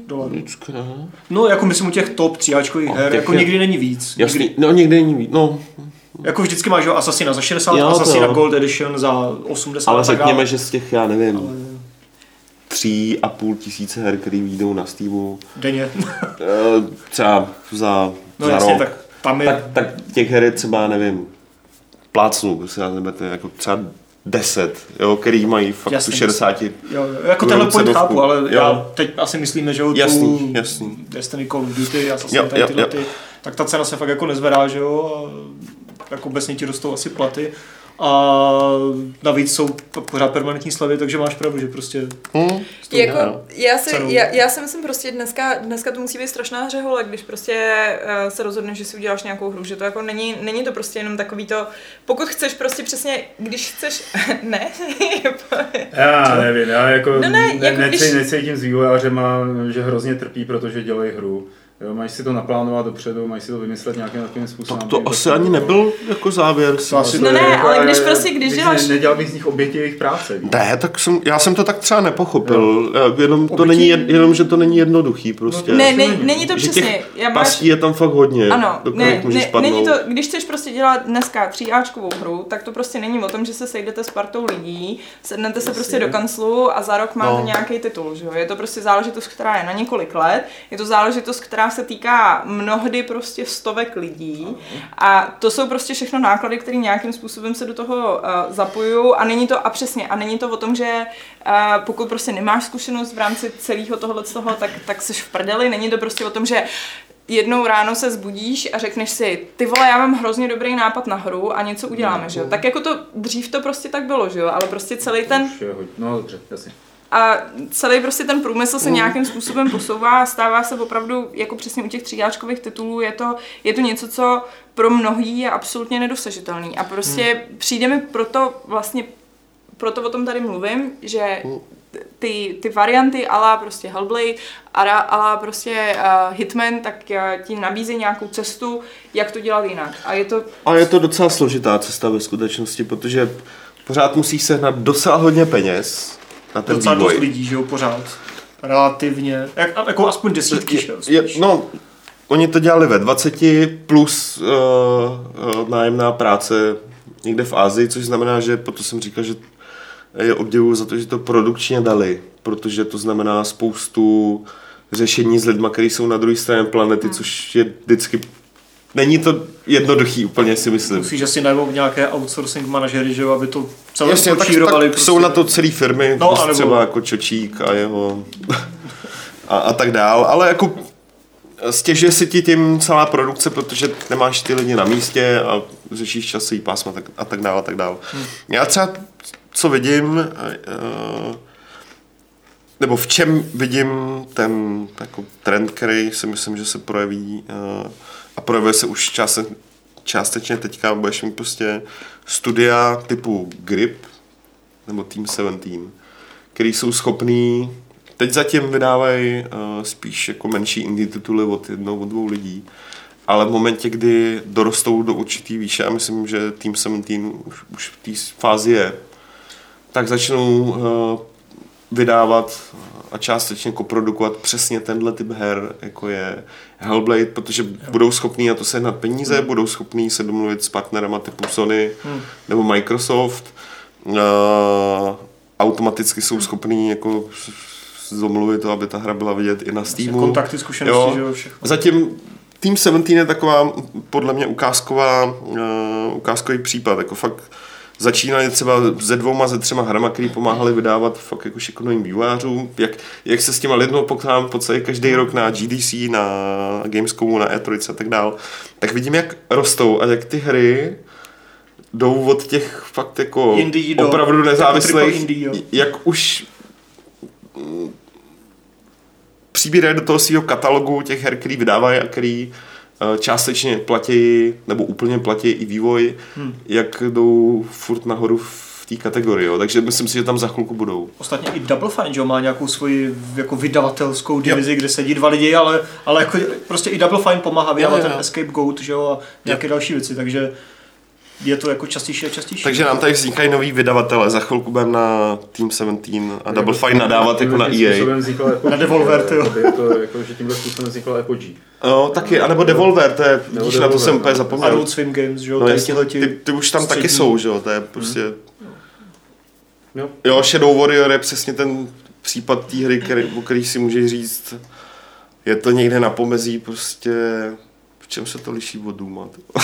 No jako myslím u těch top 3áčkových her, jako nikdy není víc. Jasný, nikdy. No nikdy není víc, no. Jako vždycky máš Assassina za 60, Assassina Gold Edition za 80. Ale řekněme, že z těch, já nevím, 3,5 tisíce her, který vyjdou na Steamu. Denně. Třeba za jasně, rok. Tak těch her je třeba, nevím, plácnu, prostě já neberte, jako třeba 10, jo, který mají fakt jasný, 60. Jo, jako tenhle point chápu, ale já teď asi myslíme, že jasný. Destiny, Call of Duty, Assassin, tyhle ty, tak ta cena se fakt jako nezvedá, že jo, a jako obecně ti rostou asi platy. A navíc jsou pořád permanentní slevy, takže máš pravdu, že prostě... Jako, já si myslím prostě dneska to musí být strašná řehole, když prostě se rozhodneš, že si uděláš nějakou hru, že to jako není to prostě jenom takový to, pokud chceš prostě přesně, když chceš, ne? Já nevím, já jako, necítím z vývojářema, že hrozně trpí, protože dělají hru. Jo, máš si to naplánovat dopředu, máš si to vymyslet nějakým takovým způsobem. Tak to asi ani nebyl jako závěr. Ale když děláš... Nedělal bych z nich oběti jejich práce. Ne, tak já jsem to tak třeba nepochopil. Jenom, že to není jednoduchý prostě. Není to přesně. Pastí je tam fakt hodně. Ano, není to, když chceš prostě dělat dneska 3áčkovou hru, tak to prostě není o tom, že se sejdete s partou lidí, sednete se prostě do kanclu a za rok máte nějaký titul, že jo? Je to prostě záležitost, která je na několik let, je to záležitost, která se týká mnohdy prostě stovek lidí a to jsou prostě všechno náklady, které nějakým způsobem se do toho zapojují a není to o tom, že pokud prostě nemáš zkušenost v rámci celého tohoto, tak jsi v prdeli, není to prostě o tom, že jednou ráno se zbudíš a řekneš si, ty vole, já mám hrozně dobrý nápad na hru a něco uděláme, že jo? Tak jako to dřív to prostě tak bylo, že jo? Ale prostě celý ten... No dobře, jasně. A celý prostě ten průmysl se nějakým způsobem posouvá a stává se opravdu, jako přesně u těch 3áčkových titulů, je to něco, co pro mnohý je absolutně nedosažitelný. A prostě přijde mi proto o tom tady mluvím, že ty varianty ala prostě Hellblade, ala prostě Hitman, tak ti nabízejí nějakou cestu, jak to dělat jinak. A je to docela složitá cesta ve skutečnosti, protože pořád musíš sehnat docela hodně peněz na ten docela vývoj. Dost lidí, že jo, pořád. Relativně. Jako aspoň desítky. Oni to dělali ve 20 plus nájemná práce někde v Asii, což znamená, že potom jsem říkal, že je obdivuju za to, že to produkčně dali, protože to znamená spoustu řešení s lidma, kteří jsou na druhé straně planety, což je vždycky... Není to jednoduchý úplně, si myslím. Musíš asi najmout nějaké outsourcing manažery, že jo, aby to celé počírovali. Tak prostě. Jsou na to celý firmy, třeba jako Čočík a jeho a tak dál, ale jako stěžuje si ti tím celá produkce, protože nemáš ty lidi na místě a řešíš časový pásma a tak dál a tak dál. Já třeba, co vidím, nebo v čem vidím ten jako trend, který si myslím, že se projeví a projevuje se už částečně teďka, budeš mít prostě studia typu Grip nebo Team 17, který jsou schopný, teď zatím vydávají spíš jako menší indie tituly od 1-2 lidí, ale v momentě, kdy dorostou do určitý výše, a myslím, že Team 17 už v té fázi je, tak začnou vydávat a částečně koprodukovat přesně tenhle typ her, jako je Hellblade, protože budou schopní na to sehnat peníze, budou schopní se domluvit s partnerama typu Sony nebo Microsoft, automaticky jsou schopní jako domluvit to, aby ta hra byla vidět i na Steamu. Kontakty, zkušenosti, že jo, všechno. Zatím Team 17 je taková podle mě ukázkový případ, jako fakt začínali třeba ze 2-3 hrama, který pomáhali vydávat fakt jako šikovným vývojářům. Jak se s těma lidmi potkávám po celý každý rok na GDC, na Gamescomu, na E3 a tak dál, tak vidím, jak rostou a jak ty hry jdou od těch fakt jako opravdu nezávislých, jak už přibírají do toho svého katalogu těch her, který vydávají a který částečně platí, nebo úplně platí i vývoj, jak jdou furt nahoru v té kategorii, jo. Takže myslím si, že tam za chvilku budou. Ostatně i Double Fine, že jo, má nějakou svoji jako vydavatelskou divizi, kde sedí 2 lidi, ale jako prostě i Double Fine pomáhá vydávat ten Escape Goat, že jo, a nějaké další věci, takže je to jako častější a častější. Takže nám tady vznikají noví vydavatele, za chvilku budeme na Team 17 a Double Fine nadávat jako na EA. Na Devolver, jo. Že tímhle způsobem vzniklo Apogee. No, taky, anebo Devolver, to je, vidíš, na to jsem úplně zapomněl. Adult Swim Games, že jo, ty už tam taky jsou, že jo, to je prostě... Jo, Shadow Warrior je přesně ten případ té hry, o který si můžeš říct, je to někde na pomezí, prostě, v čem se to liší od Dooma?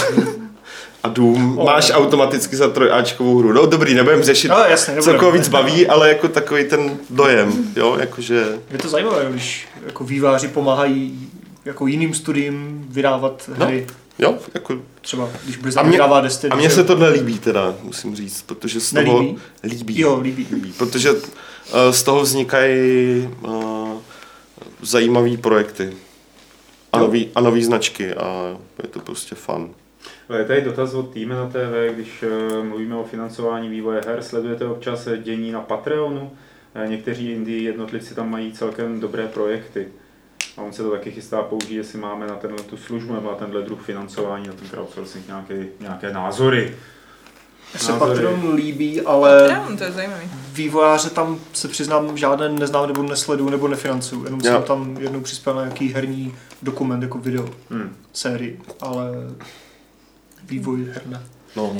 A Doom máš automaticky za 3Ačkovou hru. No dobrý, nebudem řešit, co koho víc baví, ale jako takový ten dojem, jo, jakože... Je to zajímavé, když jako vývojáři pomáhají jako jiným studiím vydávat hry. Jo, jako... Třeba, když Blizzard vydává Destiny. A mně se tohle líbí teda, musím říct, protože z toho... Líbí? Jo, líbí. Protože z toho vznikají zajímavý projekty a nový značky a je to prostě fun. Je tady dotaz od týmu na TV, když mluvíme o financování vývoje her, sledujete občas dění na Patreonu? Někteří indie jednotlivci tam mají celkem dobré projekty. A on se to taky chystá použít, jestli máme na tu službu nebo na tenhle druh financování, na ten crowdsourcing nějaké názory. Mně se Patreon líbí, ale Patreon, to je zajímavý. Vývojáře tam se přiznám žádné neznám nebo nesleduju nebo nefinancuju. Jenom jsem tam jednou přispěl na nějaký herní dokument jako video sérii, ale vývoj her ne. No.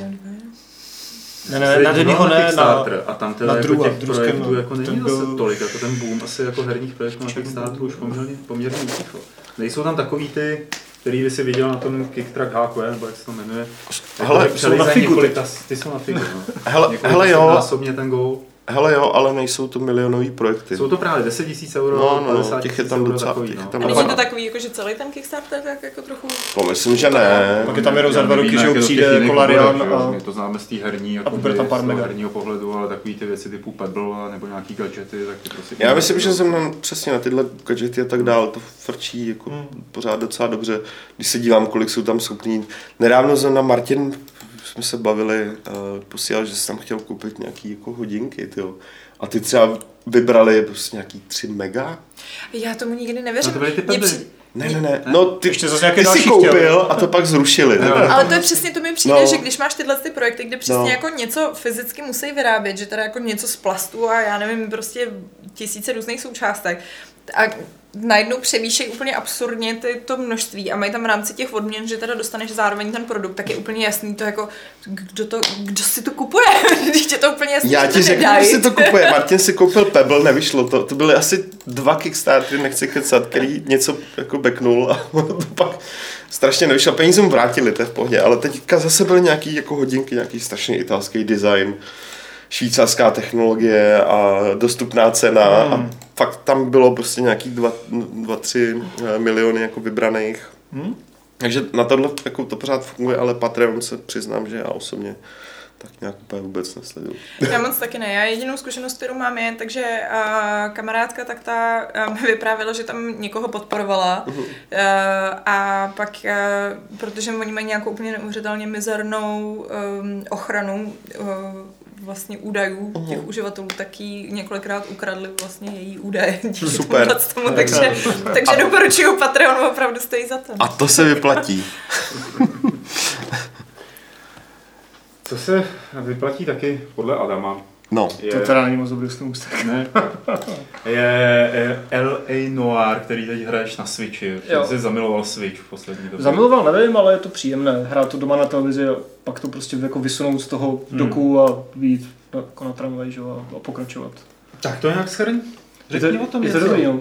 Ne, na Dennyho ne, a tam teda na jako těch projektů jako není zase tolik, jako ten boom asi jako herních projektů na Kickstarteru už poměrně utichlo. Nejsou tam takový ty, který by si viděl na tom Kicktrack HQ, nebo jak se to jmenuje. Hele, jsou na figu. Ty jsou na figu, no. Hele jo. Násobně ten goal. Hele jo, ale nejsou to milionový projekty. Jsou to právě 10 000 euro, 50 těch je tam docela. Takový, no. A není to takový, jako, že celý ten Kickstarter tak jako trochu... To myslím, že ne. Pak je tam jenom za 2 roky, že přijde Kolarian a... My to známe z té herní, jako herního pohledu, ale takový ty věci typu Pebble nebo nějaký gadgety, tak ty prostě... Já myslím, že jsem přesně na tyhle gadgety a tak dál, to frčí jako pořád docela dobře, když se dívám, kolik jsou tam schopní. Nedávno jsem na Martin jsme se bavili, posílal, že jsem tam chtěl koupit nějaký jako hodinky, tyjo. A ty třeba vybrali prostě nějaký 3 mega. Já tomu nikdy nevěřím. No to byly ty Pebble. Ne. No ty si koupil a to pak zrušili. Ale to je přesně, to mi přijde, že když máš tyhle ty projekty, kde přesně jako něco fyzicky musí vyrábět, že teda jako něco z plastu a já nevím, prostě tisíce různých součástek. A najednou převýšejí úplně absurdně to množství a mají tam v rámci těch odměn, že teda dostaneš zároveň ten produkt, tak je úplně jasný to jako, kdo si to kupuje, když tě to úplně jasný, já ti řeknu, kdo si to kupuje. Martin si koupil Pebble, nevyšlo to. To byly asi 2 Kickstartery, nechci kecat, který něco jako backnul a to pak strašně nevyšlo. Peníze mu vrátili, to je v pohodě, ale teďka zase byly nějaký jako hodinky, nějaký strašně italský design, švýcarská technologie a dostupná cena a fakt tam bylo prostě nějaký 2-3 miliony jako vybraných. Takže na tohle jako to pořád funguje, ale Patreon se přiznám, že já osobně tak nějak úplně vůbec nesleduju. Já moc taky ne. Já jedinou zkušenost, kterou mám je, takže kamarádka tak ta mi vyprávěla, že tam někoho podporovala a pak, protože oni mají nějakou úplně neuvěřitelně mizernou ochranu vlastně údajů těch uživatelů, tak jí několikrát ukradli vlastně její údaje. Super. Takže doporučuju Patreon, opravdu stojí za to. A to se vyplatí. Co se vyplatí taky podle Adama? No. To teda není moc dobrý ústek. Ne. Je L.A. Noir, který teď hraješ na Switchi. Jsi zamiloval Switch v poslední době. Zamiloval, nevím, ale je to příjemné. Hrát to doma na televizi a pak to prostě jako vysunout z toho doku a jít jako na tramvaj a pokračovat. Tak to nějak shrň. Řekni o tom něco.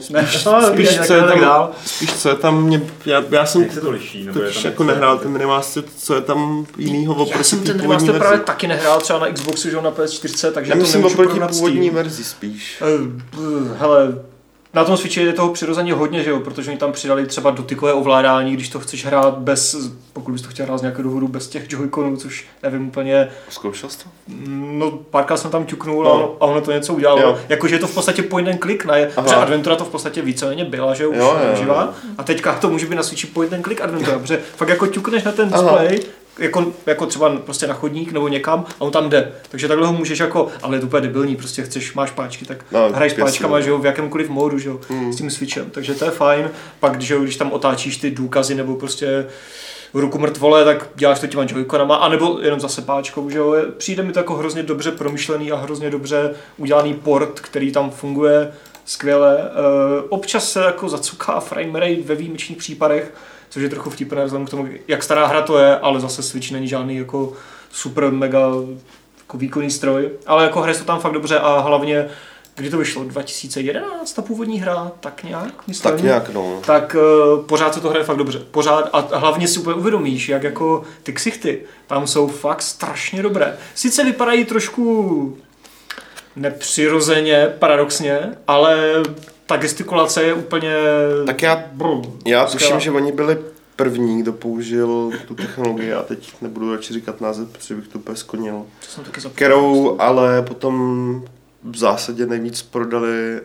Spíš co je tam mě, já jsem jak se to liší, nebo totiž jako nehrál ten remaster, co je tam jinýho oproti. Já jsem ten remaster právě taky nehrál, třeba na Xboxu, že na PS4, takže já to myslím nemůžu oproti porovnat původní verzi spíš. Hele, Na tom Switchi je toho přirozeně hodně, že jo, protože oni tam přidali třeba dotykové ovládání, když to chceš hrát bez, pokud bys to chtěl hrát z nějakého důvodu bez těch joyconů, což nevím úplně. Zkoušel jsi to? No, párkrát jsem tam ťuknul a ono to něco udělalo. Jakože je to v podstatě point and click, ne? Protože Adventura to v podstatě víceméně byla, že už užívá. A teďka to může být na Switchi point and click Adventura, protože fakt jako ťukneš na ten display, jako třeba prostě na chodník nebo někam a on tam jde. Takže takhle ho můžeš jako, ale je to úplně debilní, prostě máš páčky, tak hraješ páčkama, že jo, v jakémkoliv módu, že jo, s tím Switchem. Takže to je fajn. Pak, když tam otáčíš ty důkazy nebo prostě ruku mrtvole, tak děláš to těma joyconama, anebo jenom zase páčkou, že jo. Přijde mi to jako hrozně dobře promyšlený a hrozně dobře udělaný port, který tam funguje skvěle. Občas se jako zacuká frame rate ve výjimečných případech, což je trochu vtipné vzhledem k tomu, jak stará hra to je, ale zase Switch není žádný jako super mega jako výkonný stroj, ale jako hraje to tam fakt dobře a hlavně, kdy to vyšlo, 2011 ta původní hra, tak nějak, myslím. Tak nějak, no. Tak pořád se to hraje fakt dobře, pořád a hlavně si úplně uvědomíš, jak jako ty ksichty tam jsou fakt strašně dobré. Sice vypadají trošku nepřirozeně, paradoxně, ale ta gestikulace je úplně... Tak já tuším, že oni byli první, kdo použil tu technologii a teď nebudu radši říkat název, protože bych to úplně skonil. Kterou ale potom v zásadě nejvíc prodali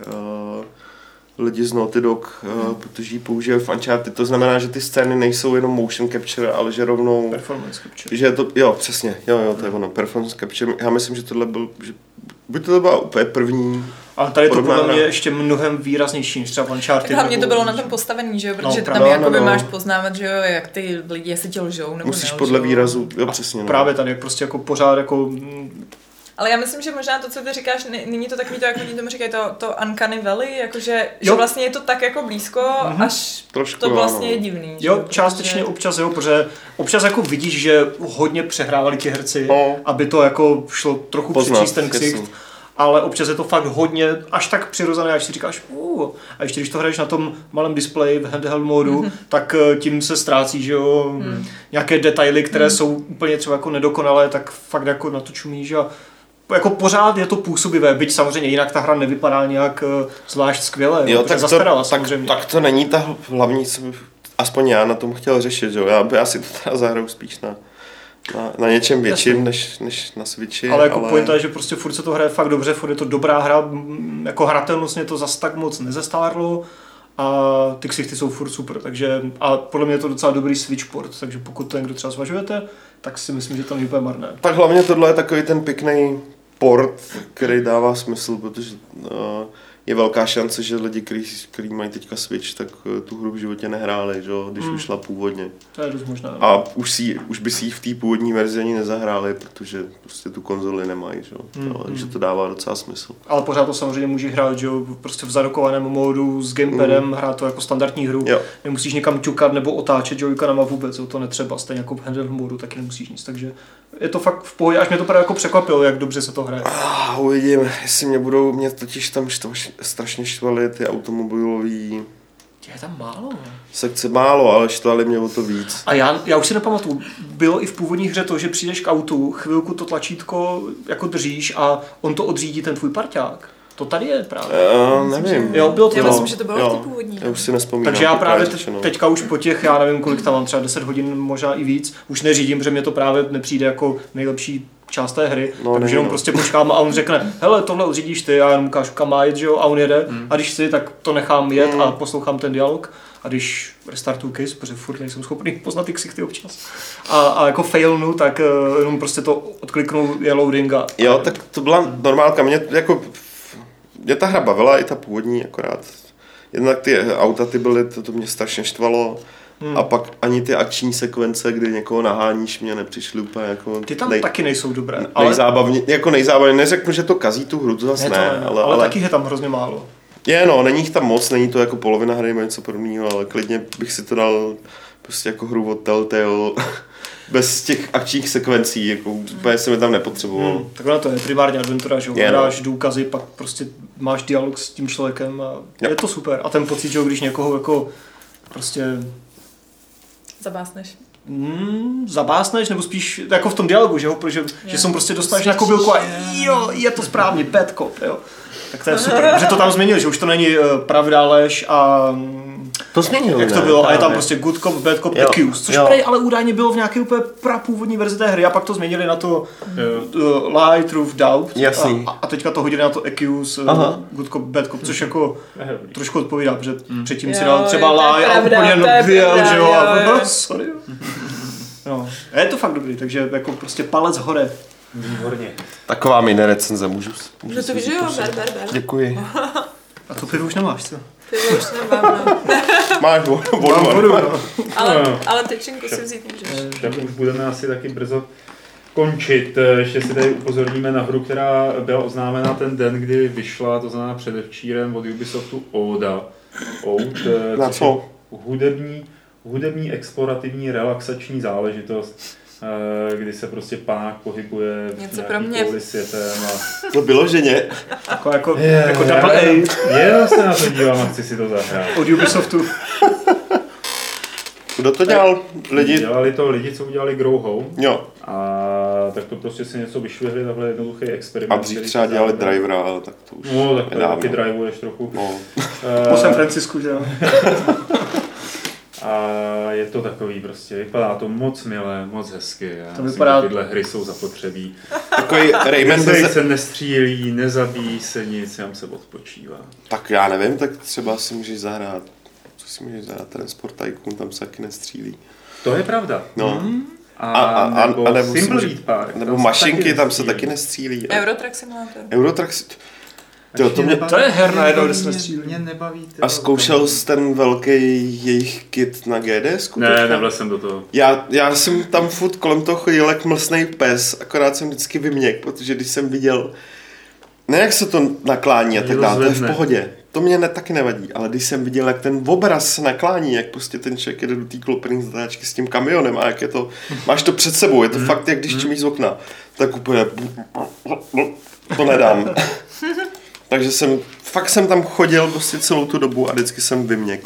lidi z Naughty Dog, protože ji používají v Uncharted. To znamená, že ty scény nejsou jenom motion capture, ale že rovnou... Performance capture. Že je to, jo, přesně, jo, to je ono, performance capture. Já myslím, že tohle byl, že by to byla úplně první. Ale tady to podle mě ještě mnohem výraznější než třeba Uncharted. Hlavně to bylo na tom postavení, že jo, protože tam jakoby máš poznávat, že jo, jak ty lidi, jestli tě lžou nebo musíš podle výrazu, jo, přesně. Právě tady, jak prostě jako pořád jako... Ale já myslím, že možná to, co ty říkáš, není to takový to, jak oni tomu říkají, to Uncanny Valley, jakože že vlastně je to tak jako blízko, až trošku, to vlastně je divný. Jo, částečně občas, jo, protože občas jako vidíš, že hodně přehrávali ti herci, aby to jako šlo trochu přečíst ten ksicht. Ale občas je to fakt hodně, až tak přirozené, až si říkáš a ještě když to hraješ na tom malém displeji v handheld módu, tak tím se ztrácí, že jo, nějaké detaily, které jsou úplně třeba jako nedokonalé, tak fakt jako na to čumíš a jako pořád je to působivé, byť samozřejmě jinak ta hra nevypadá nějak zvlášť skvěle, jo, tak zastarala samozřejmě. Tak to není ta hlavní, co aspoň já na tom chtěl řešit, že jo, já si to teda zahraju spíš na něčem větším než na Switchi. Ale jako pointa je, že prostě furt se to hraje fakt dobře, furt je to dobrá hra, jako hratelnostně to zas tak moc nezestárlo a ty ksichty jsou furt super, takže a podle mě je to docela dobrý Switch port, takže pokud ten, kdo třeba zvažujete, tak si myslím, že to není úplně marné. Tak hlavně tohle je takový ten pěkný port, který dává smysl, protože je velká šance, že lidi, kteří mají teďka Switch, tak tu hru v životě nehráli, že? Když vyšla původně. To je dost možná. A už by si ji v té původní verzi ani nezahráli, protože prostě tu konzoli nemají, že? Takže to dává docela smysl. Ale pořád to samozřejmě může hrát, že prostě v zadokovaném módu s gamepadem, hrát to jako standardní hru. Jo. Nemusíš někam ťukat nebo otáčet joyconama vůbec, to netřeba, stejně jako v handheld módu taky nemusíš nic, takže je to fakt v pohodě, až mě to právě jako překvapilo, jak dobře se to hraje. Uvidím, jestli mě totiž tam strašně štvaly ty automobilový... Je tam málo. Sekce málo, ale štvali mě o to víc. A já už si nepamatuju, bylo i v původní hře to, že přijdeš k autu, chvilku to tlačítko jako držíš a on to odřídí ten tvůj parťák. To tady je právě. Nevím. Jo, bylo to. Já myslím, že to bylo v té původní. Já už si nespomínám. Takže já právě teďka už po těch, já nevím kolik tam mám, třeba 10 hodin, možná i víc, už neřídím, protože mě to právě nepřijde jako nejlepší část té hry, takže jenom prostě počkám a on řekne, hele, tohle odřídíš ty, já jenom ukážu kam má jet, že jo, a on jede a když si, tak to nechám jet a poslouchám ten dialog a když restartuju case, protože furt nejsem schopný poznat ty ksichty občas a jako failnu, tak jenom prostě to odkliknu je loading a... Jo, tak to byla normálka, mě ta hra bavila, i ta původní, akorát jednak ty auta to mě strašně štvalo. A pak ani ty akční sekvence, kdy někoho naháníš, mě nepřišly úplně jako... Ty tam taky nejsou dobré. Nejzábavně, neřeknu, že to kazí tu hru, to zase ne. Ale taky je tam hrozně málo. Není jich tam moc, není to jako polovina hry, má něco podobného, ale klidně bych si to dal prostě jako hru od Telltale bez těch akčních sekvencí, jako úplně jsem je tam nepotřeboval. Takhle to je primárně adventura, že hledáš důkazy, pak prostě máš dialog s tím člověkem a je to super. A ten pocit, že když někoho jako prostě... Zabásneš, nebo spíš jako v tom dialogu, že jsem prostě dostaneš na kobylku a jo, je to správně, bad cop, jo. Tak to je super, že to tam změnil, že už to není pravda, lež a... To změnil, jak to bylo, a je tam prostě good cop, bad cop, accused, což prej ale údajně bylo v nějaké úplně prapůvodní verzi té hry a pak to změnili na to lie, truth, doubt a teďka to hodili na to accused, good cop, bad cop, což jako trošku odpovídá, protože předtím si dal třeba lie a úplně vyjel, že jo, a sorry. No, je to fakt dobrý, takže jako prostě palec hore. Výborně. Taková mini recenze, můžu No to víš, jo, ber. Děkuji. A to pivo už nemáš, co? Pivo už nemám, no. Máš vodu. Ale tyčinku si vzít můžeš. Tak už budeme asi taky brzo končit. Ještě si tady upozorníme na hru, která byla oznámena ten den, kdy vyšla, to znamená předevčírem od Ubisoftu Ouda. Na co? Hudební explorativní relaxační záležitost, kdy se prostě pánák pohybuje v nějaký kouli světem. To bylo ženě. Jako double A. Já se na to dívám a chci si to zahrát. Od Ubisoftu. Kdo to dělal? Dělali to lidi, co udělali Grow Home. Jo. A tak to prostě si něco vyšvihli, takhle jednoduchý experiment. A dřív třeba dělali Drivera, ale tak to už no, tak to taky drivuješ trochu. No. Po San Francisku, že jo. A je to takový prostě, vypadá to moc milé, moc hezky. To vypadá... Tyhle hry jsou zapotřebí. Takový Rayman se nestřílí, nezabíjí se nic, jenom se odpočívá. Tak já nevím, tak třeba si můžeš zahrát. Co si můžeš zahrát? Transport Tycoon, tam se taky nestřílí. To je pravda. No. A nebo Simple Beat Park. Nebo mašinky, tam se taky nestřílí. Eurotrack Simulator. To je her na jedno, kde se nestřílí. Mě nebaví. A zkoušel jsi ten velký jejich kit na GDS? Ne, nebyl jsem do toho. Já jsem tam furt kolem toho chodil jak mlsnej pes, akorát jsem vždycky vyměk, protože když jsem viděl, ne jak se to naklání a tak dále, to je v pohodě. To mě taky nevadí, ale když jsem viděl, jak ten obraz naklání, jak prostě ten člověk jede do té klopený zatáčky s tím kamionem a jak je to, máš to před sebou, je to fakt jak když čumíš z okna, tak úplně to nedám. Takže jsem tam chodil prostě celou tu dobu a vždycky jsem vyměk.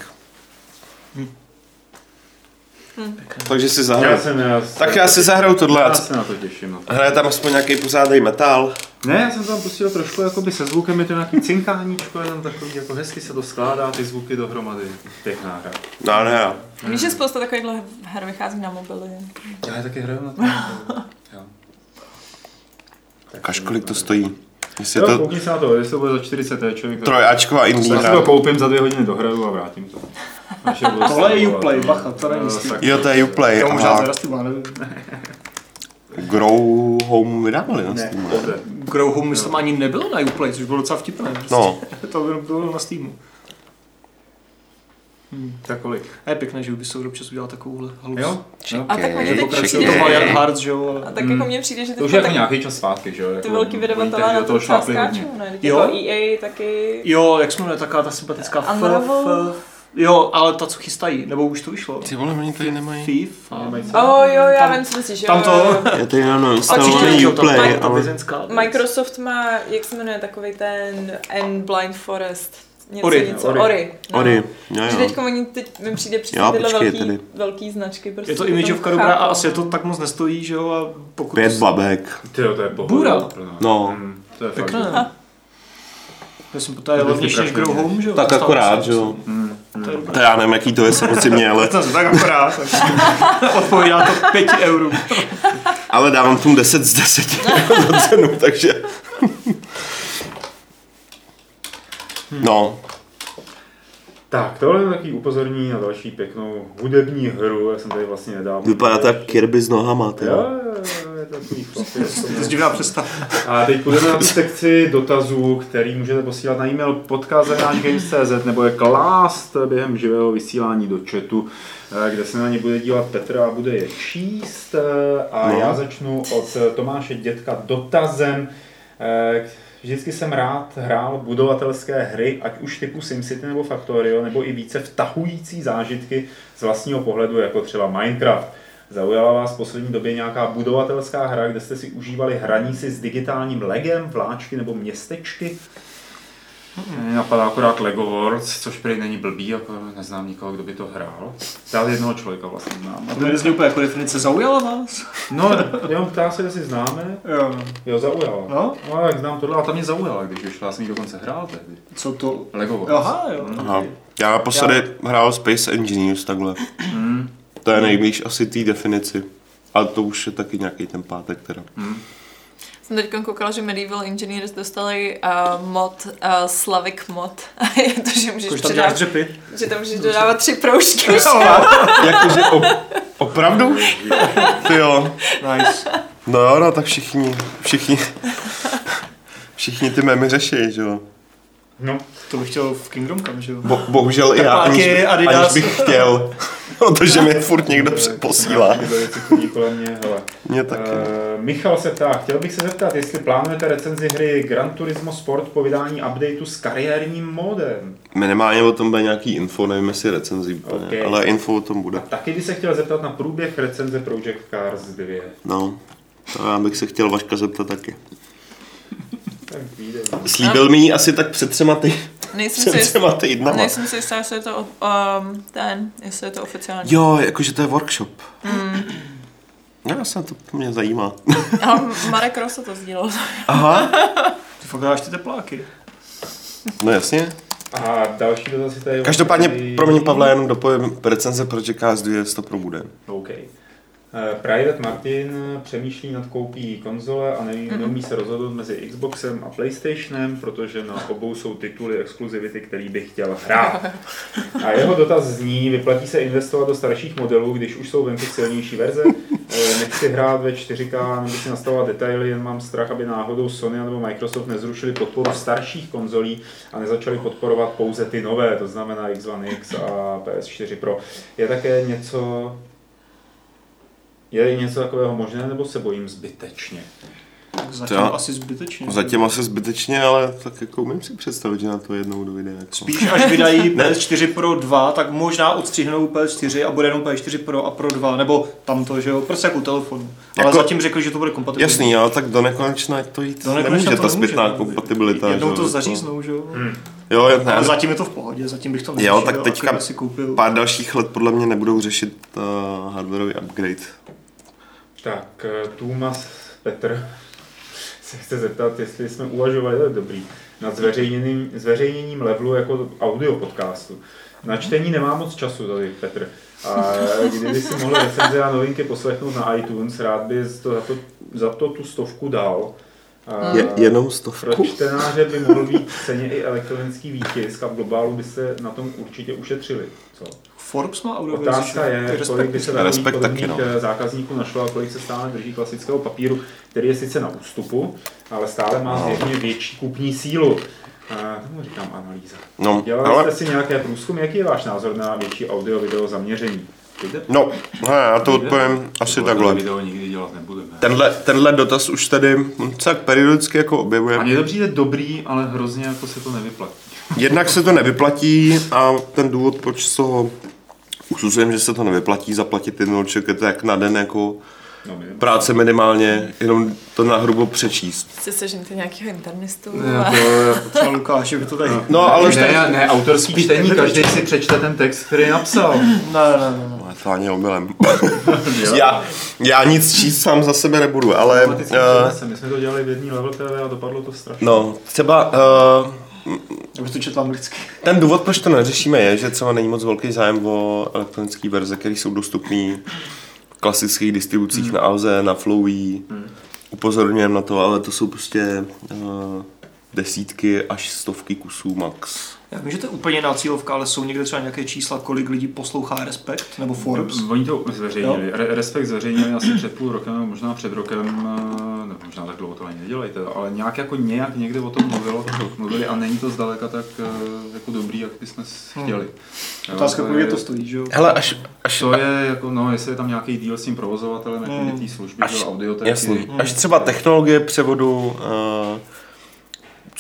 Takže si zahraju. Tak já si zahraju tohle. Já se na to těším. No. Hraje tam aspoň nějaký pořádnej metal. Ne, já jsem tam pustil trošku jakoby se zvukem, je to nějaký cinkáníčko, jenom takový, jako hezky se to skládá, ty zvuky dohromady. Pěkná hra. No, ne. Víš, že spousta takovýchhle her vychází na mobily. Já je taky hraju na to. Kaž, kolik to stojí? Koukni se na to, jestli to bude za 40 člověk. Trojáčková indie hra. Já si to koupím za 2 hodiny, dohraju a vrátím to. Tohle je Uplay, bacha, to není Steam. Jo, to je Uplay. To možná teda Steam, nevím. Grow Home vydávali na Steamu. Grow Home myslím ani nebylo na Uplay, což bylo docela vtipné. Prostě. No. To bylo na Steamu. Tak kolik? A je pěkné, že Ubisoft občas udělal takovouhle halus. Jo? A tak oni teď přijde. To Valiant Hearts, že jo. A tak jako mně přijde, že to už je jako nějaký čas zpátky, že jo. Ty velký vydavatelé na to třeba skáčou, ne? Jako EA taky... Jo, jak jsme taková ta sympatická Jo, ale ta, co chystají, nebo už to vyšlo. Ty vole, oni tady nemají. FIFA. Jo, já vím, co myslíš, jo. Tam to... Je to jenom instalovaný Uplay, ale... Microsoft má, jak se jmenuje, takovej ten Blind Forest. Ori. Ori. Že teďko oni mi přijde přesně tyhle velký značky. Prostě je to imageovka dobrá a asi to tak moc nestojí, že jo, a pokud... 5 babek. Tyjo, to je Bůra. No. To je pěkné. To je levnější než Grow Home, že jo? Tak akorát, že jo. To já nevím, jaký to je samozřejmě, ale... To tak akorát. Odpovídá to 5 €. Ale dávám tomu 10 z 10 za cenu, takže... No. Tak, tohle je takový upozornění na další pěknou hudební hru, já jsem tady vlastně nedávno... Vypadá tak Kirby s nohama, ty. Jo, je to takový chlapě. To je divná představa. A teď půjdeme na tu sekci dotazů, který můžete posílat na e-mail podcast@games.cz nebo je klást během živého vysílání do chatu, kde se na ně bude dívat Petr a bude je číst. A já začnu od Tomáše Dětka dotazem. Vždycky jsem rád hrál budovatelské hry, ať už typu SimCity nebo Factorio, nebo i více vtahující zážitky z vlastního pohledu, jako třeba Minecraft. Zaujala vás v poslední době nějaká budovatelská hra, kde jste si užívali hraní si s digitálním legem, vláčky nebo městečky? Mě napadá akorát Lego Worlds, což prý není blbý, jako neznám nikoho, kdo by to hrál. Já jednoho člověka vlastně znám. A to nezní úplně jako definice, zaujala vás? No, jenom ptá se, jestli známe. Jo, zaujala. No? No, jak znám tohle, a ta mě zaujala, když vyšla, já jsem ji dokonce hrál tehdy. Co to? Lego Worlds. Aha, jo. Aha. Já naposledy hrál Space Engineers takhle. To je nejblíž asi té definici. Ale to už je taky nějaký ten pátek teda. Jsem teď koukala, že Medieval Engineers dostali mod, Slavic mod. A je to, že můžeš přidávat, že tam můžeš dodávat 3 proužky. Jakože opravdu? Ty jo. Nice. No jo, no tak všichni ty memy řeší, že jo. No. To bych chtěl v Kingdom Come, že jo? Bohužel i já, aniž bych chtěl. Protože mě furt někdo posílá. Mě taky. Michal se ptá, chtěl bych se zeptat, jestli plánujete recenzi hry Gran Turismo Sport po vydání updateu s kariérním módem. Minimálně o tom bude nějaký info, nevím jestli recenzí úplně, okay. Ale info o tom bude. A taky bych se chtěl zeptat na průběh recenze Project Cars 2. No, to já bych se chtěl Vaška zeptat taky. Tak vyjde. Slíbil mi ji asi tak před 3 týdnama. Nejsem si jistá, jestli je to jestli je to oficiální. Jo, jakože to je workshop. Já se to mě zajímá. Ale Marek Rosa to sdílel. Aha. Ty fakt dáš ty tepláky. No jasně. A další dotaz je tady... Každopádně pro mě, Pavle, jenom dopojím recenze Project Cars 2 100 pro bude. OK. Private Martin přemýšlí nad koupí konzole a neumí se rozhodnout mezi Xboxem a PlayStationem, protože na obou jsou tituly exkluzivity, který by chtěl hrát. A jeho dotaz zní, vyplatí se investovat do starších modelů, když už jsou venku silnější verze. Nechci hrát ve 4K, nebo si nastavovat detaily, jen mám strach, aby náhodou Sony nebo Microsoft nezrušili podporu starších konzolí a nezačali podporovat pouze ty nové, to znamená X1 X a PS4 Pro. Je také Je něco takového možné, nebo se bojím zbytečně? Zatím asi zbytečně, ale tak jako umím si představit, že na to jednou dojde. Jako. Spíš až vydají PS4 Pro 2, tak možná odstřihnou PS4 a bude jenom PS4 Pro a Pro 2, nebo tamto, že jo, prostě jako telefonu. Ale jako, zatím řekli, že to bude kompatibilní. Jasný, ale tak do nekonečna to jít nemůže, ta zpětná kompatibilita. Jednou to zaříznou, že jo. Jo, ale zatím je to v pohodě, zatím bych to neřešil. Jo, tak teďka pár dalších let podle mě nebudou řešit hardwareový upgrade. Tak, Tumas Petr se chce zeptat, jestli jsme uvažovali, to je dobrý, nad zveřejněním levelu jako audio podcastu. Na čtení nemám moc času tady, Petr. A kdyby si mohl recenze a novinky poslechnout na iTunes, rád by za to tu 100 dal. Jenom 100. Pro čtenáře by mohl být v ceně i elektronický výtisk a v globálu by se na tom určitě ušetřili. Co? Forbes má audio. Otázka je, kolik by se takových podobných zákazníků našlo a kolik se stále drží klasického papíru, který je sice na ústupu, ale stále má zjevně větší kupní sílu. Tomu říkám analýza. No, Dělali jste si nějaké průzkumy, jaký je váš názor na větší audio-video zaměření? No, já to odpovím asi takhle. Video nikdy dělat nebudeme. Tenhle dotaz už tady tak periodicky jako objevuje. A mně to přijde dobrý, ale hrozně jako se to nevyplatí. Jednak se to nevyplatí a ten důvod, proč z toho usuzujem, že se to nevyplatí zaplatit jednou člověk, je to jak na den jako práce minimálně, jenom to nahrubo přečíst. Chci sežněte nějakého internistu. Třeba Lukáš, by to tady... No, ale ne, autorský čtení, každý si přečte ten text, který napsal. Ne. To ani omylem. já nic číst sám za sebe nebudu, ale... My jsme to dělali v jedný level TV a dopadlo to strašně. No, třeba... Já bych to četl anglicky. Ten důvod, proč to neřešíme, je, že třeba není moc velký zájem o elektronické verze, které jsou dostupné v klasických distribucích na Alze, na Flowy. Upozorňujeme na to, ale to jsou prostě desítky až 100 kusů max. Já vím, že to je úplně jiná cílovka, ale jsou někde třeba nějaké čísla, kolik lidí poslouchá Respekt nebo Forbes? Oni to zveřejnili. Respekt zveřejnili asi před půl rokem, možná před rokem, nebo možná tak dlouho to ani nedělejte, ale nějak někde o tom mluvili a není to zdaleka tak jako dobrý, jak bychom chtěli. Otázka, kolik to stojí, že jo? Hele, až to je jako, no, jestli je tam nějaký deal s tím provozovatelem, jako té služby, audio, jasný. Až třeba technologie převodu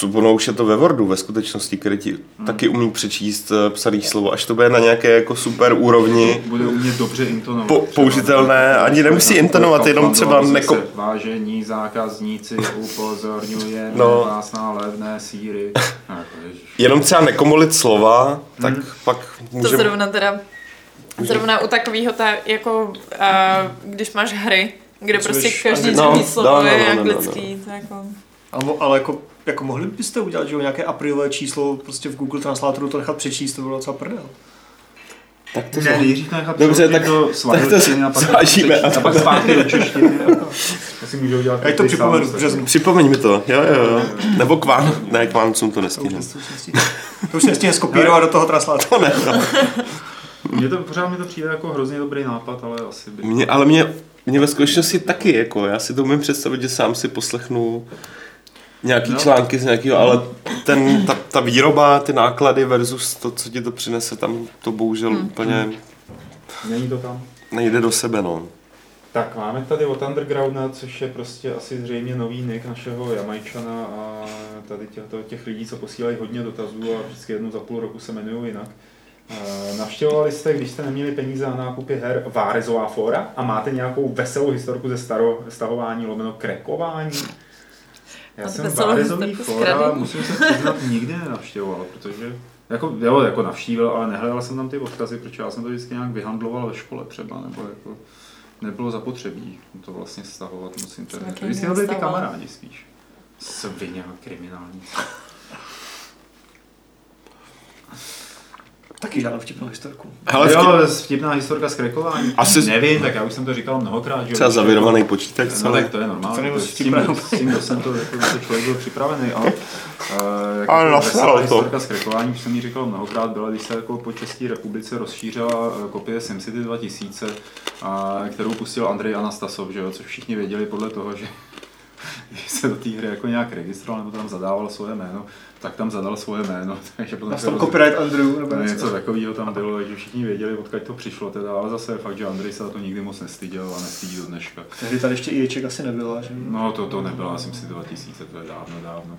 ono už je to ve Wordu ve skutečnosti, který ti taky umí přečíst psaný slovo, až to bude na nějaké jako super úrovni. Bude umět dobře intonovat. Použitelné, ani nemusí intonovat, jenom třeba Vážení zákazníci, upozorňujeme vás na levné sýry. Jenom třeba nekomolit slova, tak pak můžeme... To zrovna u takového, jako když máš hry, kde prostě každý třetí slovo je anglický. Jako... Ale jako mohli byste udělat, že nějaké aprilové číslo prostě v Google Translatoru to nechat přečíst, to bylo docela prdel. Tak to nejdřív to nechat dobře, tak to zvážíme. A pak zpátky do češtiny. To si můžu udělat. Já to připomenu v březnu. Připomeň mi to, jo. Nebo k Vánocům to nestihnu. To už nestihne skopírovat do toho Translatoru. To ne, Pořád mi to přijde jako hrozně dobrý nápad, ale asi by... Ale mě ve skutečnosti taky, jako, já si to umím představit, že sám si poslechnu nějaký články z nějakého, ale ta výroba, ty náklady versus to, co ti to přinese, tam to bohužel úplně... Není to tam? Nejde do sebe, no. Tak máme tady od Undergrounda, což je prostě asi zřejmě nový nick našeho Jamajčana a tady těch lidí, co posílají hodně dotazů a vždycky jednou za půl roku se jmenují jinak. Navštěvovali jste, když jste neměli peníze na nákupy her, Várezová fóra a máte nějakou veselou historku ze stahování / krekování? Já jsem Várezový fóra, musím se přiznat, nikdy nenavštěvoval, protože jako navštívil, ale nehledal jsem tam ty odkazy, protože já jsem to vždycky nějak vyhandloval ve škole třeba, nebo jako nebylo zapotřebí to vlastně stahovat, musím tedy. Vždycky to byli ty kamarádi spíš. Svině a kriminální. Taky žádnou vtipnou historku. Vtipná historka z krekování. Nevím, tak já už jsem to říkal mnohokrát. Třeba zavirovaný počítač. No tak to je normální. S tím jsem to člověk byl připravený, ale veselá historka z krekování, už jsem ji říkal mnohokrát, byla, když se jako po České republice rozšířila kopie SimCity 2000, kterou pustil Andrej Anastasov, že jo, což všichni věděli podle toho, že se do té hry jako nějak registroval nebo tam zadával svoje jméno, tak tam zadal svoje jméno. Takže potom tam copyright Andrew nebo něco takového tam bylo, takže všichni věděli, odkud to přišlo teda, ale zase je fakt, že Andrej se to nikdy moc nestyděl a nestydí do dneška. Tehdy tady ještě IEček asi nebyla, že? No to nebyla, jsem si 2000, to je dávno.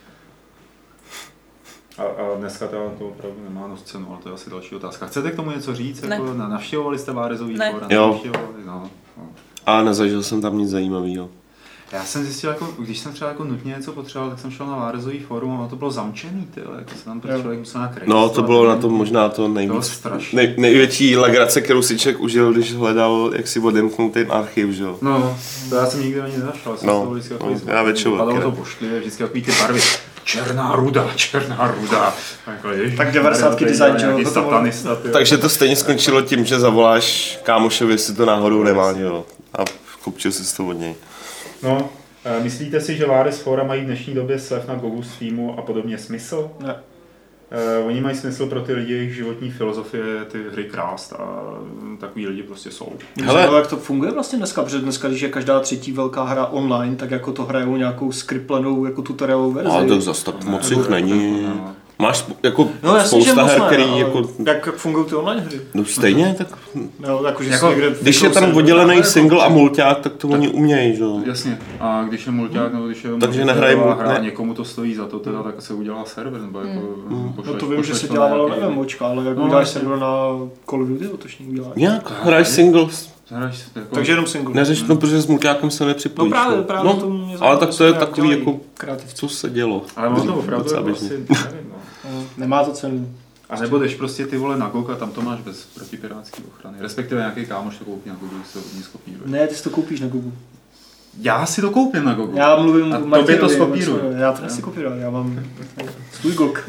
A dneska to opravdu nemá noc cenu, ale to je asi další otázka. Chcete k tomu něco říct? Ne. Jako, navštěvovali jste Várezový fóra? Jo. A nezažil jsem tam nic zajímavého. Já jsem zjistil, jako, když jsem třeba jako nutně něco potřeboval, tak jsem šel na Várezový fórum a to bylo zamčený, jako se tam člověk musel nějak registrovat. No to bylo na tom možná to největší legrace, kterou si člověk užil, když hledal, jak si odemknul ten archiv, že jo. No, to já jsem nikdy ani nenašel, já většinou. Vypadalo to pošklivě, vždycky takový ty barvy. Černá ruda. Tak 90 design, že jo. Satanista, takže to stejně skončilo tím, že zavoláš kámošovi, jestli to náhodou nemá, že jo. A kupčil si to od něj. No, myslíte si, že Várez fóra mají v dnešní době slev na Gogu, Steamu a podobně smysl? Ne. Oni mají smysl pro ty lidi, jejich životní filozofie je ty hry krást a takový lidi prostě jsou. Ale jak to funguje vlastně dneska, protože dneska, když je každá třetí velká hra online, tak jako to hrajou nějakou skriplenou jako tutorialovou verzi. Ale to zase tak moc jich není. Máš jako jasně, spousta her, který jako... Jak fungují ty online hry? No stejně, tak... No, když je tam oddělený single a mulťák, tak to oni umějí, že jo? Jasně. A když je mulťák, nebo když je hra, někomu to stojí za to, teda, tak se udělá server, nebo jako... No to vím, že se dělávalo na MMOčka, ale jak uděláš server na Call of Duty, to už neuděláš. Nějak, hraješ singles. Takže jenom single. Neřeš to, protože s mulťákem se nepřipojíš. No právě to mě ale tak to je takový jako, co se dělo. Ale ono to opravdu je asi, nevím, nemá to cenu. A nebo jdeš prostě ty vole na GOG a tam to máš bez protipirátské ochrany. Respektive nějaký kámoš to koupí na GOGu, když se hodně skopíruje. Ne, ty si to koupíš na GOGu. Já si to koupím na GOGu. Já mluvím o Martinovi. Tobě to skopíruju. Já to nechci kopírovat, já mám svůj GOG.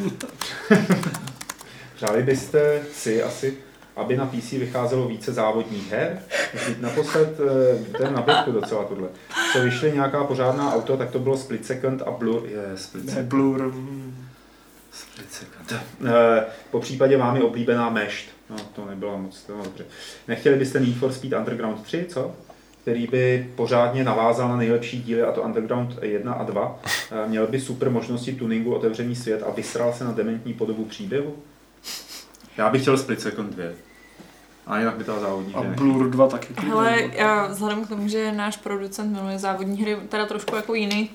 Přáli byste si asi, aby na PC vycházelo více závodních her? Vždyť naposled, to je na běžku docela tohle. Co vyšly nějaká pořádná auta, tak to bylo Split Second a Blur. Split Second. Blur. Split Second. Po případě vámi oblíbená Meshed. No, to nebyla moc, to dobře. Nechtěli byste Need for Speed Underground 3, co? Který by pořádně navázal na nejlepší díly, a to Underground 1 a 2. Měl by super možnosti tuningu, otevřený svět a vysral se na dementní podobu příběhu? Já bych chtěl Split Second 2. A jinak by ta závodní hry. A Blur 2 taky. Hele, vzhledem k tomu, že náš producent miluje závodní hry, teda trošku jako jiný typ,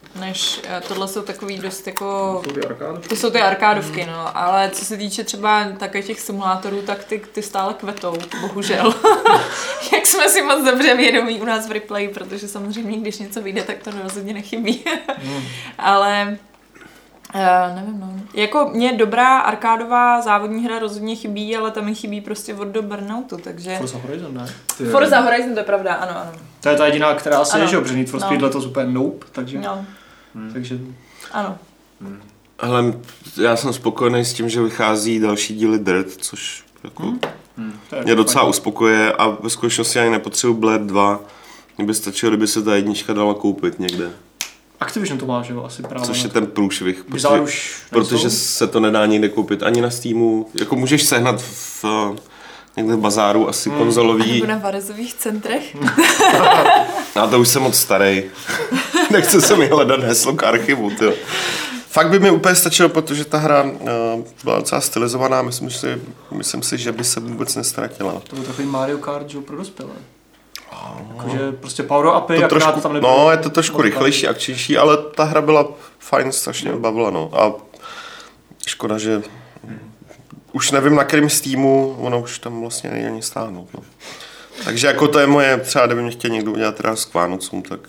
než tohle jsou takový dost jako... To jsou ty arkádovky, no, ale co se týče třeba takových těch simulátorů, tak ty stále kvetou, bohužel. Jak jsme si moc dobře vědomí u nás v Replay, protože samozřejmě, když něco vyjde, tak to rozhodně nechybí. Ale... nevím, no. Jako mě dobrá arkádová závodní hra rozhodně chybí, ale tam mi chybí prostě od do Burnoutu, takže... Forza Horizon, ne? Forza Horizon, to je pravda, ano. To je ta jediná, která asi je, že obřenit for Speed letos úplně nope, takže... No. Takže... Ano. Hele, já jsem spokojený s tím, že vychází další díly Dirt, což jako mě docela uspokojuje a ve skutečnosti ani nepotřebuji Blade 2. Mně by stačilo, kdyby se ta jednička dala koupit někde. Activision to má, že jo, asi právě. Což je ten průšvih, protože se to nedá nikde koupit ani na Steamu. Jako můžeš sehnat někde v bazáru asi konzolový. Nebo na Varezových centrech. A to už jsem moc starý. Nechce se mi hledat heslo k archivu, tyjo. Fakt by mi úplně stačilo, protože ta hra byla docela stylizovaná, myslím si, že by se vůbec nestratila. To byl takový Mario Kart, že pro dospělé. Jakože prostě power-upy, akorát tam nebylo. No, je to trošku rychlejší, akčnější, ale ta hra byla fajn, strašně bavila, no. A škoda, že už nevím, na kterém Steamu, ono už tam vlastně není ani stáhnout, no. Takže jako to je moje, třeba kdyby mě chtěl někdo udělat teda k Vánocům, tak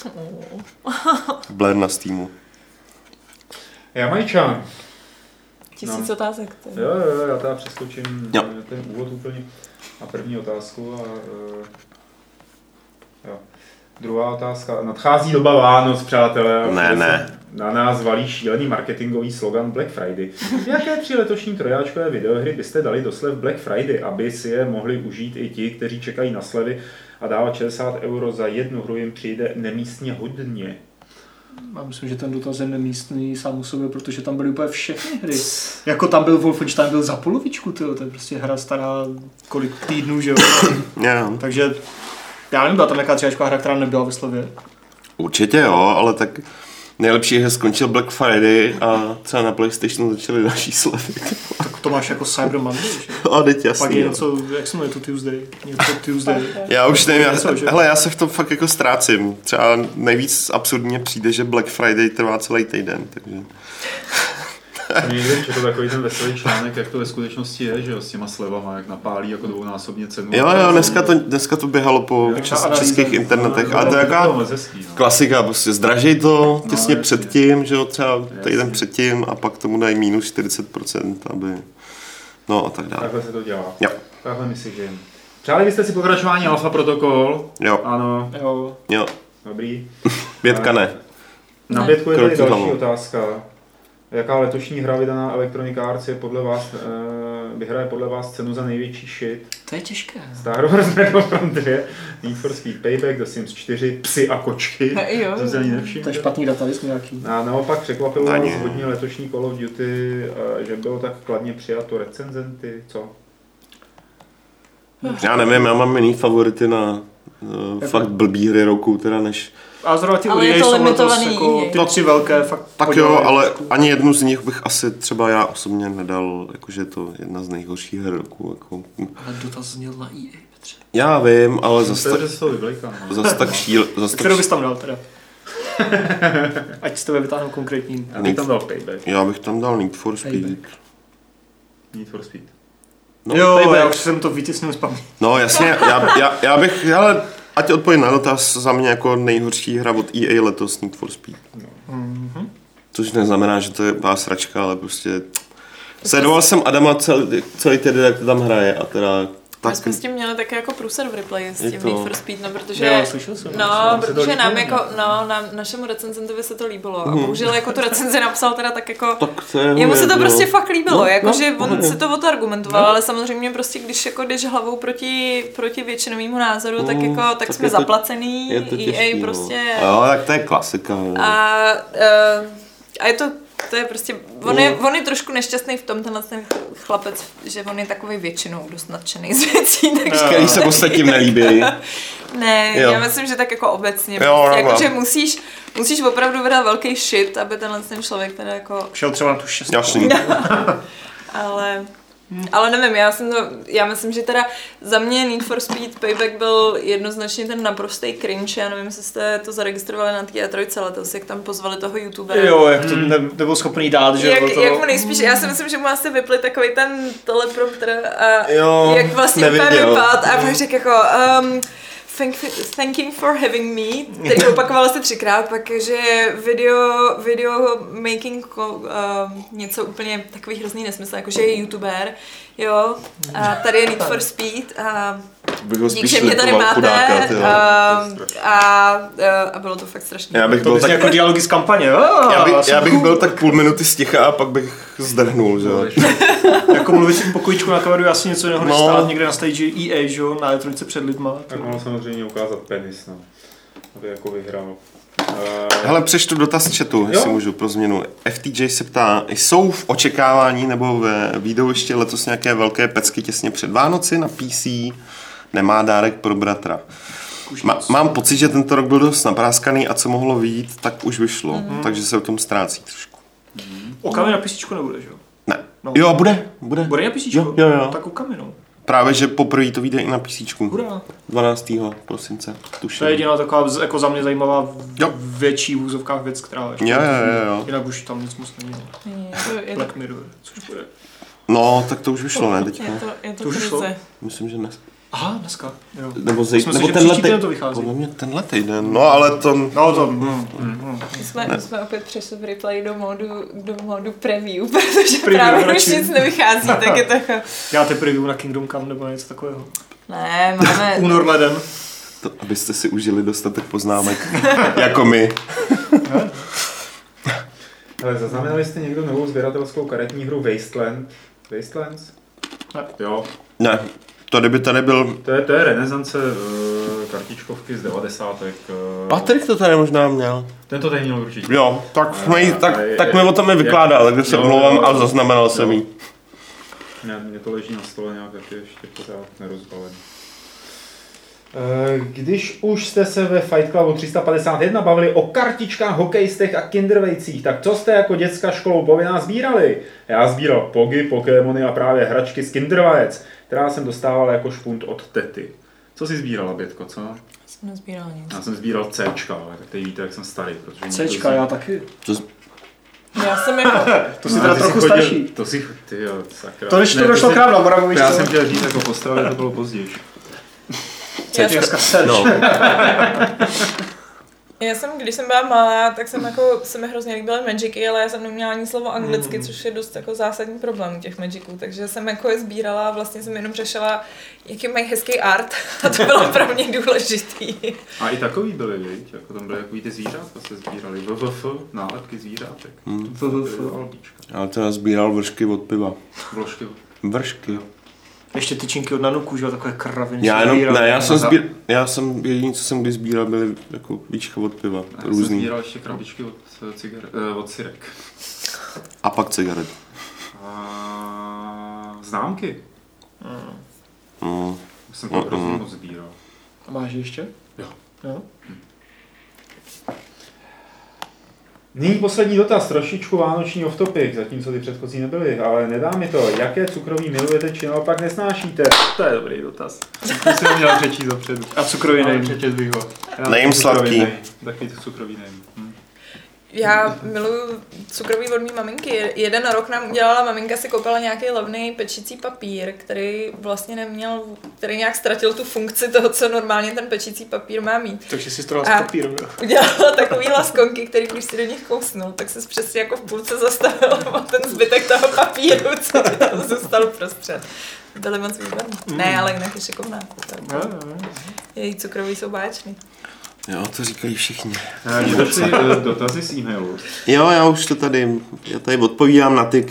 Blade na Steamu. Jamajčan. 1000 otázek. Jo, já teda přeskočím ten úvod úplně a první otázku a jo. Druhá otázka. Nadchází doba Vánoc, přátelé. Ne. Na nás valí šílený marketingový slogan Black Friday. Jaké 3 letošní trojáčkové videohry byste dali do slev Black Friday, aby si je mohli užít i ti, kteří čekají na slevy a dávat 60 € za jednu hru jim přijde nemístně hodně? Já myslím, že ten dotaz je nemístný sám u sobě, protože tam byly úplně všechny hry. Jako tam byl Wolfenstein, byl za polovičku, tyjo, to je prostě hra stará kolik týdnů, že jo. Yeah. Takže já nevím, byla tam nějaká třiáčková hra, která nebyla ve slově. Určitě jo, ale tak nejlepší je, skončil Black Friday a třeba na PlayStationu začaly další slevy. Tak to máš jako Cyber Monday, že? A teď jasný. Pak je něco, jak se jmenuje to Tuesday? Já už nevím, já se v tom fakt jako ztrácím. Třeba nejvíc absurdně přijde, že Black Friday trvá celý týden, takže... Někdy četl takový ten veselý článek, jak to ve skutečnosti je, že jo, s těma slevama, jak napálí jako dvounásobně cenu. Jo, dneska to běhalo po českých internetech, ale to je jaká klasika, prostě zdražej to těsně předtím, že jo, třeba týden předtím a pak tomu dají minus 40%, aby, no a tak dále. Takhle se to dělá. Jo. Takhle my si žijeme. Přáli byste si pokračování Alpha Protocol? Jo. Ano. Jo. Dobrý. 5 ne. Na 5 je tady další otázka. Jaká letošní hra vydaná Electronic Arts vyhraje podle vás cenu za největší shit? To je těžké. Star Wars Battlefront 2, Need for Speed Payback, The Sims 4, Psy a kočky. To se ani nevšiml. To je špatný database nějaký. A naopak překvapilo vás hodně letošní Call of Duty, že bylo tak kladně přijato recenzenty, co? Já nevím, já mám jiný favority na fakt blbý hry roku, teda než... A zrovna ty Uriej jsou letos jako ty 3 velké fakt. Tak jo, ale ani jednu z nich bych asi třeba já osobně nedal, jakože je to jedna z nejhorších her roku. Jako. Ale dotaz zněl na EA, Petře. Já vím, ale zase tak Kterou bys tam dal teda? Ať z tebe vytáhnu konkrétní. Já bych tam dal Payback. Já bych tam dal Need for Speed. Need for Speed. No, jo, Payback. já už jsem to vytěsnil z paměti. No jasně, já bych, ale ať odpovím na dotaz, za mě jako nejhorší hra od EA letos Need for Speed. Mm-hmm. Což neznamená, že to je pár sračka, ale prostě... Sledoval jsem Adama celý týden, jak to tam hraje a teda... My jsme s tím měli také jako průser v replay s tím Need for Speed, no protože... Jo, slyšel jsem. No, protože nám jako, našemu recenzentovi se to líbilo a bohužel jako tu recenzi napsal teda tak jako... Jemu se to prostě fakt líbilo, jakože on si to odargumentoval, ale samozřejmě prostě když jako jdeš hlavou proti většinovému názoru, tak jako, tak jsme zaplacený, EA prostě... Jo, tak to je klasika. A to je prostě, on je trošku nešťastný v tom, tenhle ten chlapec, že on je takový většinou dost nadšený z věcí, takže... Který se ostatním nelíbí. Ne, já myslím, že tak jako obecně, jakože musíš opravdu vydat velký shit, aby tenhle ten člověk teda jako... Šel třeba na tu 6. Jasný. Ale Ale nevím, já myslím, že teda za mě Need for Speed Payback byl jednoznačně ten naprostý cringe. Já nevím, jestli jste to zaregistrovali na té E3 letos, jak tam pozvali toho youtubera. Jo, jak to nebyl schopný dát, že jak mu nejspíš, já si myslím, že mu asi vypli takový ten teleprompter a jo, jak vlastně úplně vypad a pak řekl jako thank you for having me, který opakoval asi 3krát, pak, že video making něco úplně takový hrozný nesmysl, jakože je youtuber, jo, a tady je Need for Speed a díky, že mě tady máte a bylo to fakt strašně. Já bych byl tak jako dialogy z kampaně. Já bych byl tak půl minuty sticha a pak bych zdrhnul, že jo. Jako mluvit v pokojíčku na kameru, asi něco jiného, než stát někde na stage EA, že jo, na E3 před lidma. Tak mohl samozřejmě ukázat penis, no, aby jako vyhrál. Hele, přečtu dotaz chatu, jestli můžu pro změnu. FTJ se ptá, jsou v očekávání nebo vyjdou ještě letos nějaké velké pecky těsně před Vánoci na PC? Nemá dárek pro bratra. Mám pocit, že tento rok byl dost napráskaný a co mohlo vyjít, tak už vyšlo. Takže se o tom ztrácí trošku. Okami na písíčku nebude, že jo? Ne. No. Jo, bude. Bude na písíčku? Jo. Tak Okami, no. Právě, že poprvé to vyjde i na písíčku. Hurá. 12. prosince. Tuším. To je jediná taková jako za mě zajímavá větší v úzovkách věc, která ještě. Jo. Jinak už tam nic moc není. Black Mirror, což bude. No, tak to už vyšlo, ne teďka? Je to už vyšlo? Myslím, že dnes. Aha, dneska. Jo. Nebo tenhle týden to vychází. Podle mě tenhle týden. No, ale to... My jsme opět přešli v replay do modu preview, protože právě už nic nevychází, tak je to jako... Děláte preview na Kingdom Come nebo něco takového? Ne, máme... Únor, leden. To, abyste si užili dostatek poznámek, jako my. Ale zaznamenali jste někdo novou sběratelskou karetní hru Wastelands? Ne. Jo. Ne, tady by tady byl... To je renesance kartičkovky z 90. Patrik to tady možná měl. Ten to tady měl určitě. Jo, tak mi o tom vykládal, takže se omlouvám, ale zaznamenal jsem jí. Mně to leží na stole nějak, tak je ještě pořád nerozbalený. Když už jste se ve Fight Clubu 351 bavili o kartičkách, hokejistech a kindervejcích, tak co jste jako dětská školou povinná sbírali? Já sbíral pogy, pokémony a právě hračky z kindervajec, která jsem dostával jako špunt od tety. Co jsi sbírala, Bětko, co? Já jsem nezbíral nic. Já jsem sbíral Cčka, ale tak teď víte, jak jsem starý. Cčka, já taky. Já jsem jako... To si teda trochu starší. To si, tyjo, sakra. To než to došlo k nám na Moravu, víš co? Já jsem chtěl říct jako postavě, to bylo později. Já jsem, když jsem byla malá, tak se mi hrozně líbily Magicy, ale já jsem neměla ani slovo anglicky, což je dost jako zásadní problém u těch Magiců, takže jsem jako je sbírala a vlastně jsem jenom řešila, jaký mají hezký art a to bylo pro mě důležitý. A i takový byly, viď? Jako tam byly takový ty zvířátka, se sbírali, nálepky zvířátek. Já teda sbíral vršky od piva. Vršky. Ještě tyčinky od Nanuku, že takové kraviny. Já jsem jediný, co jsem kdy sbíral, byly jako víčka od piva. Já jsem sbíral ještě krabičky od sirek. A pak cigaret. A známky. Jsem to hrozně moc sbíral. A máš ještě? Jo. Nyní poslední dotaz, trošičku vánoční off-topic, zatímco ty předchozí nebyly, ale nedá mi to. Jaké cukroví milujete, či naopak nesnášíte? To je dobrý dotaz. To si ho měl přečíst dopředu. A cukrový nejím. Přečet bych ho. Nejím sladký. Taky cukrový nejím. Já miluju cukroví od mý maminky. Jeden rok nám udělala, maminka si koupila nějaký levný pečící papír, který vlastně neměl, který nějak ztratil tu funkci toho, co normálně ten pečící papír má mít. Takže si to s papírem. Udělala takový laskonky, který když si do nich kousnul, tak se přesně jako v půlce zastavil o ten zbytek toho papíru, co tam zůstal prostřed. Byly moc výborný. Ne, ale jinak je šikovná. Její cukroví jsou báječný. Jo, to říkají všichni. Dotazy z e-mailu. Jo, já tady odpovídám na ty,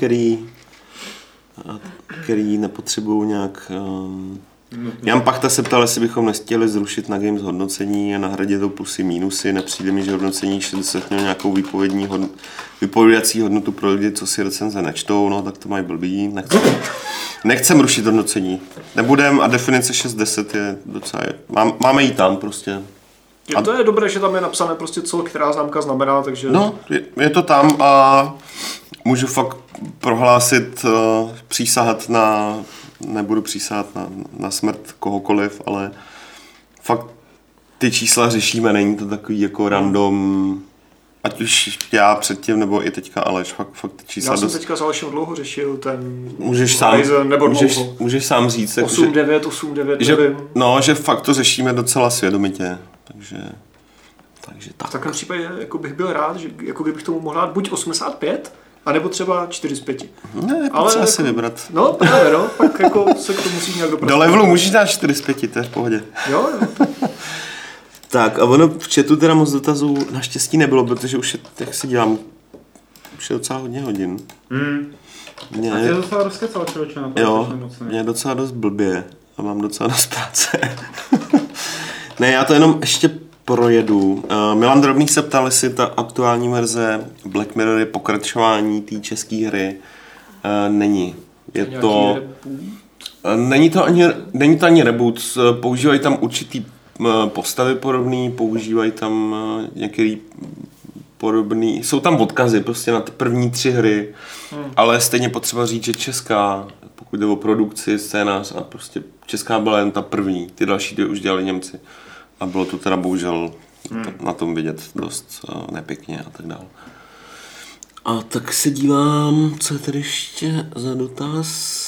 který nepotřebují nějak... Jan Pachta se ptal, jestli bychom nechtěli zrušit na Games hodnocení a nahradit to plusy mínusy. Nepřijde mi, že hodnocení 60 mělo nějakou vypovědací hodnotu pro lidi, co si recenze nečtou, no tak to mají blbý. Nechcem rušit hodnocení. Nebudem a definice 6-10 je docela... Máme jí tam prostě. To je dobré, že tam je napsané prostě co, která známka znamená, takže... No, je to tam a můžu fakt prohlásit, přísahat na, nebudu přísahat na smrt kohokoliv, ale fakt ty čísla řešíme, není to takový jako random, ať už já předtím, nebo i teďka Aleš, fakt ty čísla... Já jsem teďka s Alešem dlouho řešil ten... Můžeš sám říct. 8-9, nevím. No, že fakt to řešíme docela svědomitě, takže tak. V takovém případě jako bych byl rád, že jako kdybych tomu mohl dát buď 85, anebo třeba 4 z 5. Ne, potřeba jako, si vybrat. No, právě pak jako se k tomu musíš nějak dopracovat. Do levelu můžeš dát 4 z 5, to je v pohodě. Jo. Tak a ono v chatu teda moc dotazů naštěstí nebylo, protože už je, jak si dělám, už je docela hodně hodin. A ty je docela rozkecal člověče na to. Jo, mě je docela dost blbě a mám docela dost práce. Ne, já to jenom ještě projedu. Milan Drobný se ptal, jestli ta aktuální verze Black Mirror je pokračování té české hry. Není. Je to... Není to ani reboot. Používají tam určitý postavy podobný, používají tam některý podobný, jsou tam odkazy prostě na ty první 3 hry, ale stejně potřeba říct, že česká, pokud jde o produkci, scénář a prostě česká byla jen ta první, ty další 2 už dělali Němci a bylo to teda bohužel na tom vidět dost nepěkně a tak dále. A tak se dívám, co je tady ještě za dotaz.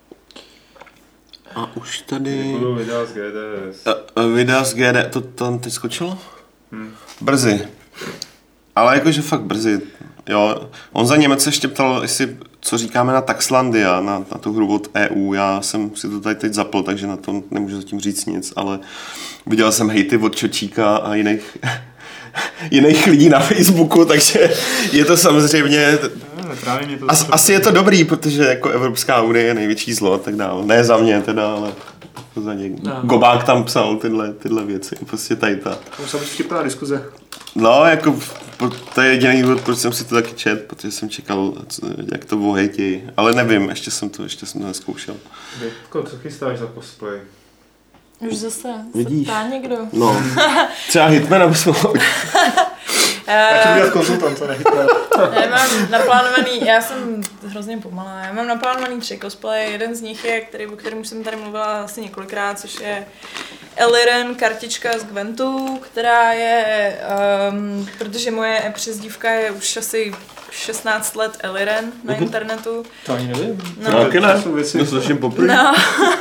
A už tady... Budou videa z GDS. Videa z GDS, to tam teď skočilo? Brzy. Ale jakože fakt brzy. Jo. On za Němec se ještě ptal, jestli, co říkáme na Taxlandia, na tu hru od EU. Já jsem si to tady teď zapl, takže na to nemůžu zatím říct nic, ale viděl jsem hejty od Čočíka a jiných lidí na Facebooku, takže je to samozřejmě... Asi je to dobrý, protože jako Evropská unie je největší zlo a tak dále. Ne za mě teda, ale za něj. No. Gobák tam psal tyhle věci, prostě tady ta. To musela být vtipná diskuze. No, jako to je jediný důvod, proč jsem si to taky čet, protože jsem čekal, jak to ohejtějí. Ale nevím, ještě jsem to neskoušel. Dětko, co chystáš za cosplay? Už zase Vidíš? Se ptá někdo. No, třeba Hitmana bychom mohli. Já ti udělat konzultanta, ne Hitmana. Já mám naplánovaný, já jsem hrozně pomalá, já mám naplánovaný 3 cosplaye, jeden z nich je, o kterém jsem tady mluvila asi několikrát, což je Eliren, kartička z Gwentu, která je, protože moje přezdívka je už asi 16 let Eliren na internetu. To ani nevím. No, taky ne, to slyším poprvé. No.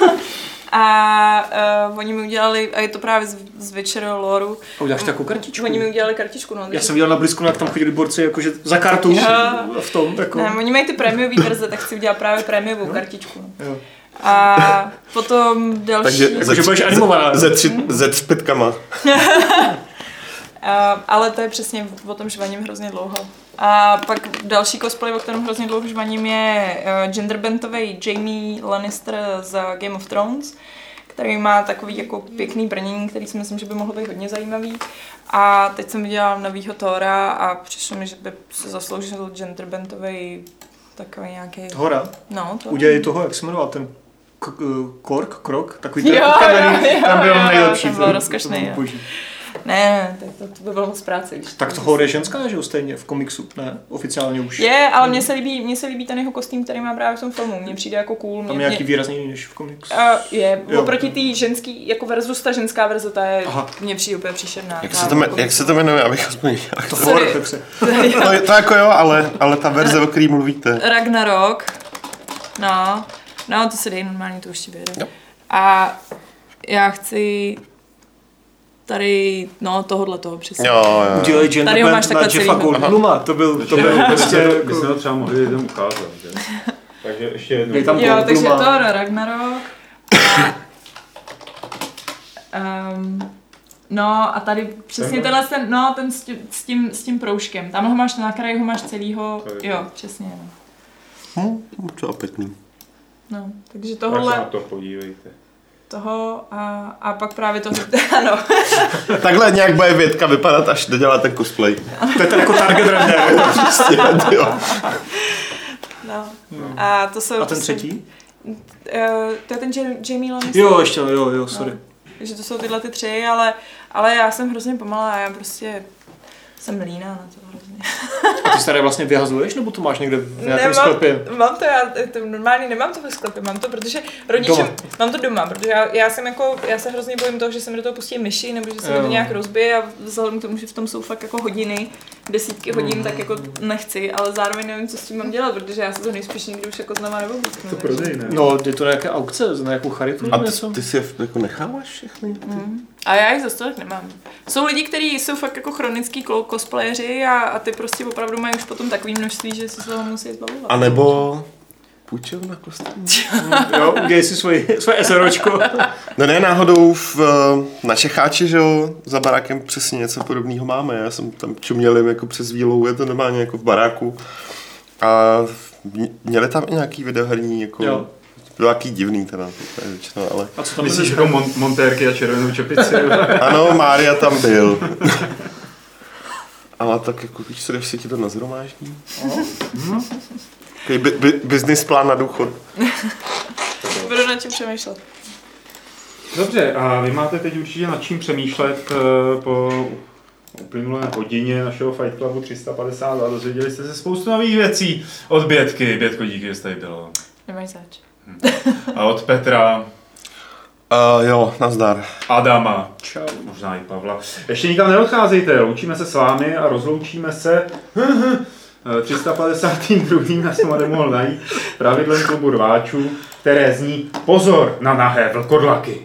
A oni mi udělali, a je to právě z Witcher Loreu. A uděláš takovou kartičku? Oni mi udělali kartičku, no. Já jsem viděl na blízku, jak tam chodili borci jakože za kartu v tom. Jako. Ne, oni mají ty prémiový verze, tak chci udělat právě prémiovou kartičku. No. A potom další... Takže budeš animovaná. Ze 3 pytkama. Ale to je přesně o tom žvaním hrozně dlouho. A pak další cosplay, o kterém hrozně dlouho žvaním, je genderbentový Jaime Lannister z Game of Thrones, který má takový jako pěkný brnění, který si myslím, že by mohlo být hodně zajímavý. A teď jsem viděla novýho Thora a přišlo mi, že by se zasloužil genderbentový takový nějaký... Thora? No, to. Udělej toho, jak se jmenoval ten krok, takový ten kamenný, tam byl nejlepší. Tam byl rozkošný, jo. Ne, tak to by bylo moc práce. Tak Thor je ženská, že jo, stejně v komiksu, ne? Oficiálně už. Je, ale mně se líbí ten jeho kostým, který má právě v tom filmu. Mně přijde jako cool. Tam je nějaký výraznější než v komiksu. Je, oproti té ženský, jako versus ta ženská verze, ta je, mně přijde úplně příšerná. Jak se to jmenuje, abych aspoň... Thor, to jako jo, ale ta verze, o který mluvíte. Ragnarok. No, to se dej normálně, to ještě vyjde. No. A já chci... Tady, toho přesně. Jo. Udělej genderband na Jeffa Goldbluma, to byl prostě... My jsme ho třeba mohli lidem ukázat, že? Takže ještě jednou. Jo, takže Thor, Ragnarok. No a tady přesně tenhle ten s tím proužkem. Tam ho máš na kraji, ho máš celýho, jo, přesně. Třeba pěkný. No, takže tohle... Tak se na to podívejte. Toho a pak právě toho, ano. Takhle nějak bude Větka vypadat, až dodělá ten cosplay. To je ten jako target render. No. A to jsou... A ten třetí? To je ten Jaime Lannister. Jo, ještě, jo, sorry. Takže to jsou tyhle ty 3, ale já jsem hrozně pomalá, já prostě Jsem líná na to hrozně. A ty staré vlastně vyhazuješ, nebo to máš někde v nějakém sklepě? Mám to, já to normálně nemám to ve sklepě, mám to, protože rodiče, mám to doma, protože já se hrozně bojím toho, že se mi do toho pustí myši, nebo že se mi to nějak rozbije a vzhledem k tomu, že v tom jsou fakt jako hodiny, desítky hodin, tak jako nechci, ale zároveň nevím, co s tím mám dělat, protože já se to nejspíš nikdy už jako znamená nebo blízknu. To prodej, ne? No, je to nějaké aukce, na nějakou charitu? A ty si je jako necháváš všechny? A já jich za stolik nemám. Jsou lidi, kteří jsou fakt jako chronický cosplayeři a ty prostě opravdu mají už potom takový množství, že si toho musí zbavovat. A nebo půjčovna kostýmů. Jo, udělej si svoje SROčko. No ne, náhodou na Čecháči, že jo, za barákem přesně něco podobného máme. Já jsem tam čuměl jako přes výlohu, je to normálně jako v baráku. A měli tam i nějaký videoherní, jako... Jo. Bylo jaký divný teda, to je většinou, ale... A co tam myslíš jako montérky a červenou čepici? Ano, Mária tam byl. Ale tak jako, víš co, když si ti to nazhromáždí? Business plán na důchod. Budu nad tím přemýšlet. Dobře, a vy máte teď určitě nad čím přemýšlet po uplynulé hodině našeho Fight Clubu 352. Dozvěděli jste se spoustu nových věcí od Bětky. Bětko, díky, že jste tady bylo. Nemáš zač. A od Petra. Jo, nazdar. Adama. Čau. Možná i Pavla. Ještě nikam neodcházejte, loučíme se s vámi a rozloučíme se 352. na jsem nemohl najít pravidlem klubu rváčů, které zní pozor na nahé vlkodlaky.